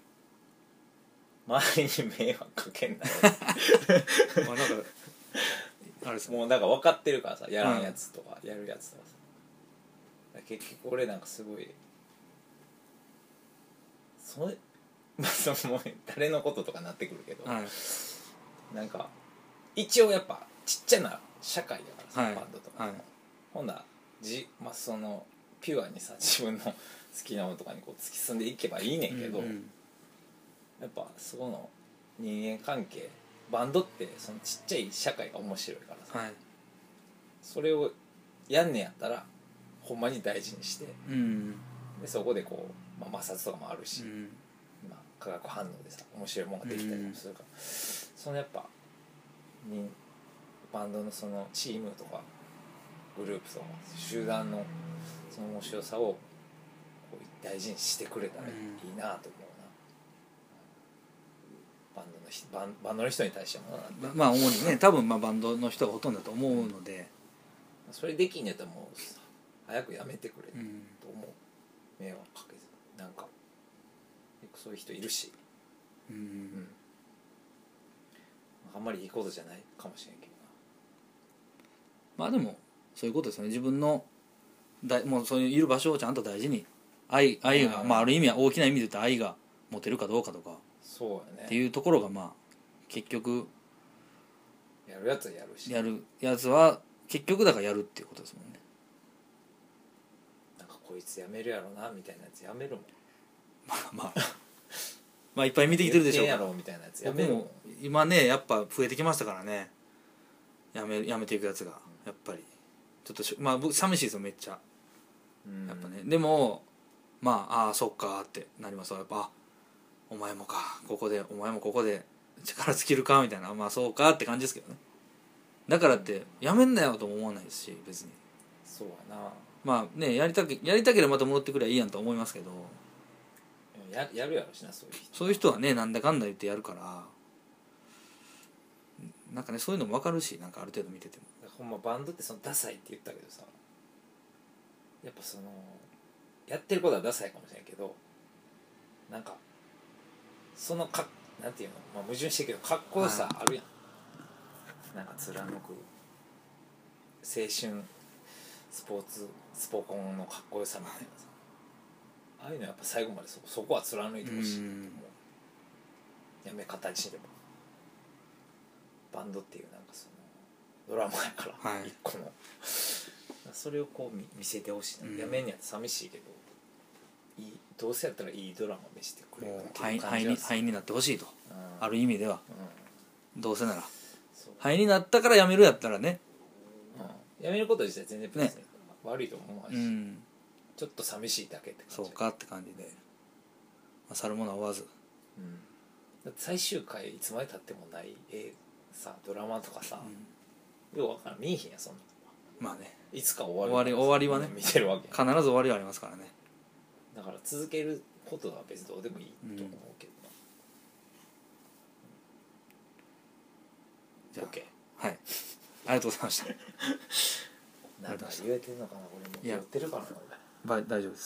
周りに迷惑かけんなよまあなんかあれですね、 もうなんか分かってるからさ、やらんやつとか、うん、やるやつとかさ、結局俺なんかすごいそれまあその誰のこととかなってくるけど、 はい、 なんか一応やっぱちっちゃな社会だからさ、はい、バンドとか、はい、ほんならじ、まあ、そのピュアにさ自分の好きなものとかにこう突き進んでいけばいいねんけど、うんうん、やっぱそこの人間関係バンドってそのちっちゃい社会が面白いからさ、はい、それをやんねやったらほんまに大事にして、うん、でそこでこう、まあ、摩擦とかもあるし、うんまあ、化学反応でさ面白いものができたりもするから、うん、そのやっぱにバンドのそのチームとかグループとか集団のその面白さをこう大事にしてくれたらいいなと思うな、バンドの人バン、バンドの人に対してもな、まあ主にね多分まあバンドの人がほとんどだと思うので、 うん、それできんやったらもう早くやめてくれと思う、うん、迷惑かけずなんかそういう人いるし、うんうん、あんまりいいことじゃないかもしれんけどな。 まあでもそういうことですよね。自分のだもうそういういる場所をちゃんと大事に愛愛が、まあ、ある意味は大きな意味で言うと愛が持てるかどうかとかそうやねっていうところがまあ結局やるやつはやるしやるやつは結局だからやるっていうことですもんね。 なんかこいつやめるやろなみたいなやつやめるもんまあまあまあいっぱい見てきてるでしょうから。 やろみたいなやつやめるもん。僕も今ねやっぱ増えてきましたからね、やめやめていくやつがやっぱりちょっとしまあ僕寂しいですよめっちゃ、うん、やっぱね。でもまあああそっかってなりますわ。やっぱお前もかここでお前もここで力尽きるかみたいな、まあそうかって感じですけどね。だからってやめんなよとも思わないですし別に。 そうやな。 まあねやりたくやりたければまた戻ってくればいいやんと思いますけど、 や, やるやろしなそういう人。 そういう人はねなんだかんだ言ってやるからなんかねそういうのも分かるし、なんかある程度見ててもほんまバンドってそのダサいって言ったけどさ、やっぱそのやってることはダサいかもしれんけどなんかそのかなんていうの、まあ、矛盾してるけどかっこよさあるやん、はい、なんか貫く青春スポーツスポコンのかっこよさみたいなさ、ああいうのやっぱ最後まで そ, そこは貫いてほしいと思う。やめ方にしてもバンドっていうなんかそのドラマやから、はい、一個のそれをこう 見, 見せてほしいな、うん、やめんにやって寂しいけどいいどうせやったらいいドラマ見せてくれるっていう感じがする。灰になってほしいと、うん、ある意味では、うん、どうせなら灰になったからやめるやったらね、うん、やめること自体全然別に、ね、悪いと思うし、うん、 ちょっと寂しいだけって感じ。 そうかって感じで、まあ、去るものは追わず、 うん、だって最終回いつまでたってもない映画さドラマとかさ、うん、よう分からん見えへんやそんな。 まあねいつか終わる終わり終わりはね見てるわけ必ず終わりはありますからね。 だから続けることは別にどうでもいいと思うけどな、うん、 じゃあ OK はいありがとうございましたなんか言えてんのかなこれもいや酔ってるからな俺大丈夫です。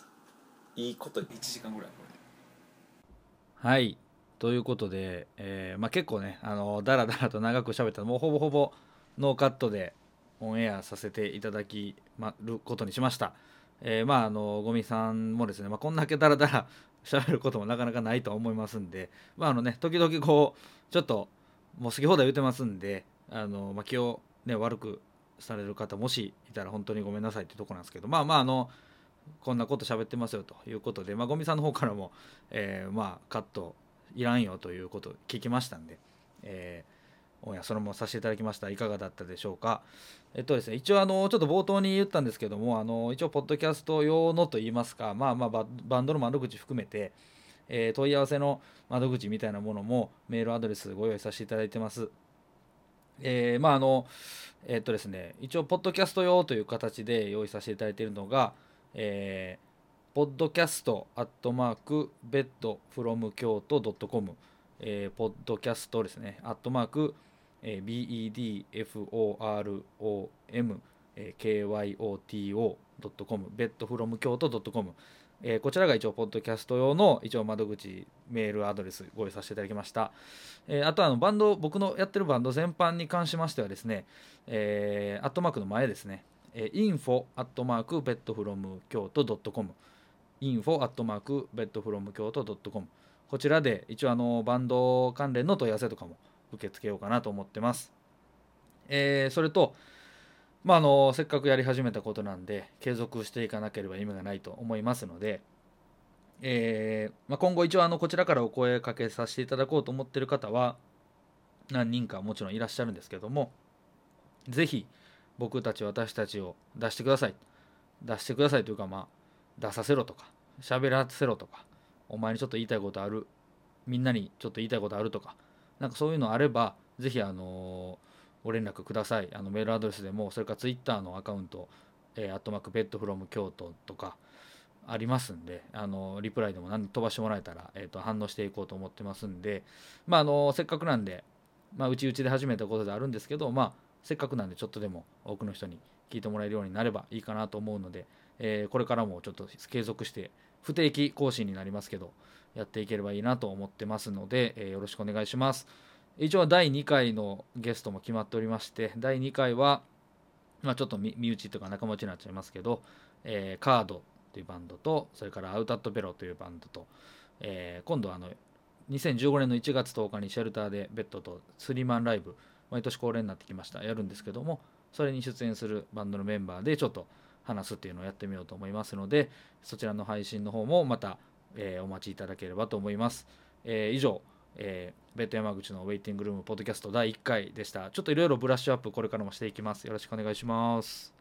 いいこといちじかんぐらいこれはいということで、えーまあ、結構ねあのだらだらと長く喋ったもうほぼほぼノーカットでオンエアさせていただきまることにしました。えー、まああのゴミさんもですね、まあ、こんだけだらだら喋ることもなかなかないと思いますんで、まああのね時々こうちょっともう好き放題言ってますんで、あの、まあ、気をね悪くされる方もしいたら本当にごめんなさいってとこなんですけど、まあまああのこんなこと喋ってますよということで、まあ、ゴミさんの方からも、えー、まあカットいらんよということを聞きましたんで、えーオンエアそのままさせていただきました。いかがだったでしょうか。えっとですね、一応あのちょっと冒頭に言ったんですけども、あの一応ポッドキャスト用のといいますか、まあまあババンドの窓口含めて、えー問い合わせの窓口みたいなものもメールアドレスご用意させていただいてます。えーまああのえっとですね、一応ポッドキャスト用という形で用意させていただいているのが、えー、ポッドキャストアットマークベッドフロム京都ドットコム、えー、ポッドキャストですね、アットマークえー、ベッドフロム京都ドットコム ベッドフロム京都ドットコム、えー、こちらが一応ポッドキャスト用の一応窓口メールアドレスご用意させていただきました。えー、あとあのバンド僕のやってるバンド全般に関しましてはですね、えー、アットマークの前ですね、えー、インフォ アットマークベッドフロム京都ドットコム インフォ アットマークベッドフロム京都ドットコム、こちらで一応あのバンド関連の問い合わせとかも受け付けようかなと思ってます。えー、それと、まあ、あのせっかくやり始めたことなんで継続していかなければ意味がないと思いますので、えーまあ、今後一応あのこちらからお声かけさせていただこうと思っている方は何人かもちろんいらっしゃるんですけども、ぜひ僕たち私たちを出してください出してくださいというか、まあ出させろとか喋らせろとか、お前にちょっと言いたいことある、みんなにちょっと言いたいことあるとか、なんかそういうのあればぜひあのご連絡ください。あのメールアドレスでも、それからツイッターのアカウント、えー、アットマークベッドフロム京都とかありますんで、あのリプライでも何飛ばしてもらえたら、えー、と反応していこうと思ってますんで、まああのせっかくなんで、まあうちうちで始めたことであるんですけど、まあせっかくなんでちょっとでも多くの人に聞いてもらえるようになればいいかなと思うので、えー、これからもちょっと継続して不定期更新になりますけどやっていければいいなと思ってますので、えー、よろしくお願いします。一応だいにかいのゲストも決まっておりまして、だいにかいは、まあ、ちょっと身内とか仲間内になっちゃいますけど、えー、カードというバンドと、それからアウタッドベロというバンドと、えー、今度はあのにせんじゅうごねんのいちがつとおかにシェルターでベッドとスリーマンライブ、毎年恒例になってきました、やるんですけども、それに出演するバンドのメンバーでちょっと話すっていうのをやってみようと思いますので、そちらの配信の方もまた、えー、お待ちいただければと思います。えー、以上、えー、ベッド山口のウェイティングルームポッドキャストだいいっかいでした。ちょっといろいろブラッシュアップこれからもしていきます。よろしくお願いします。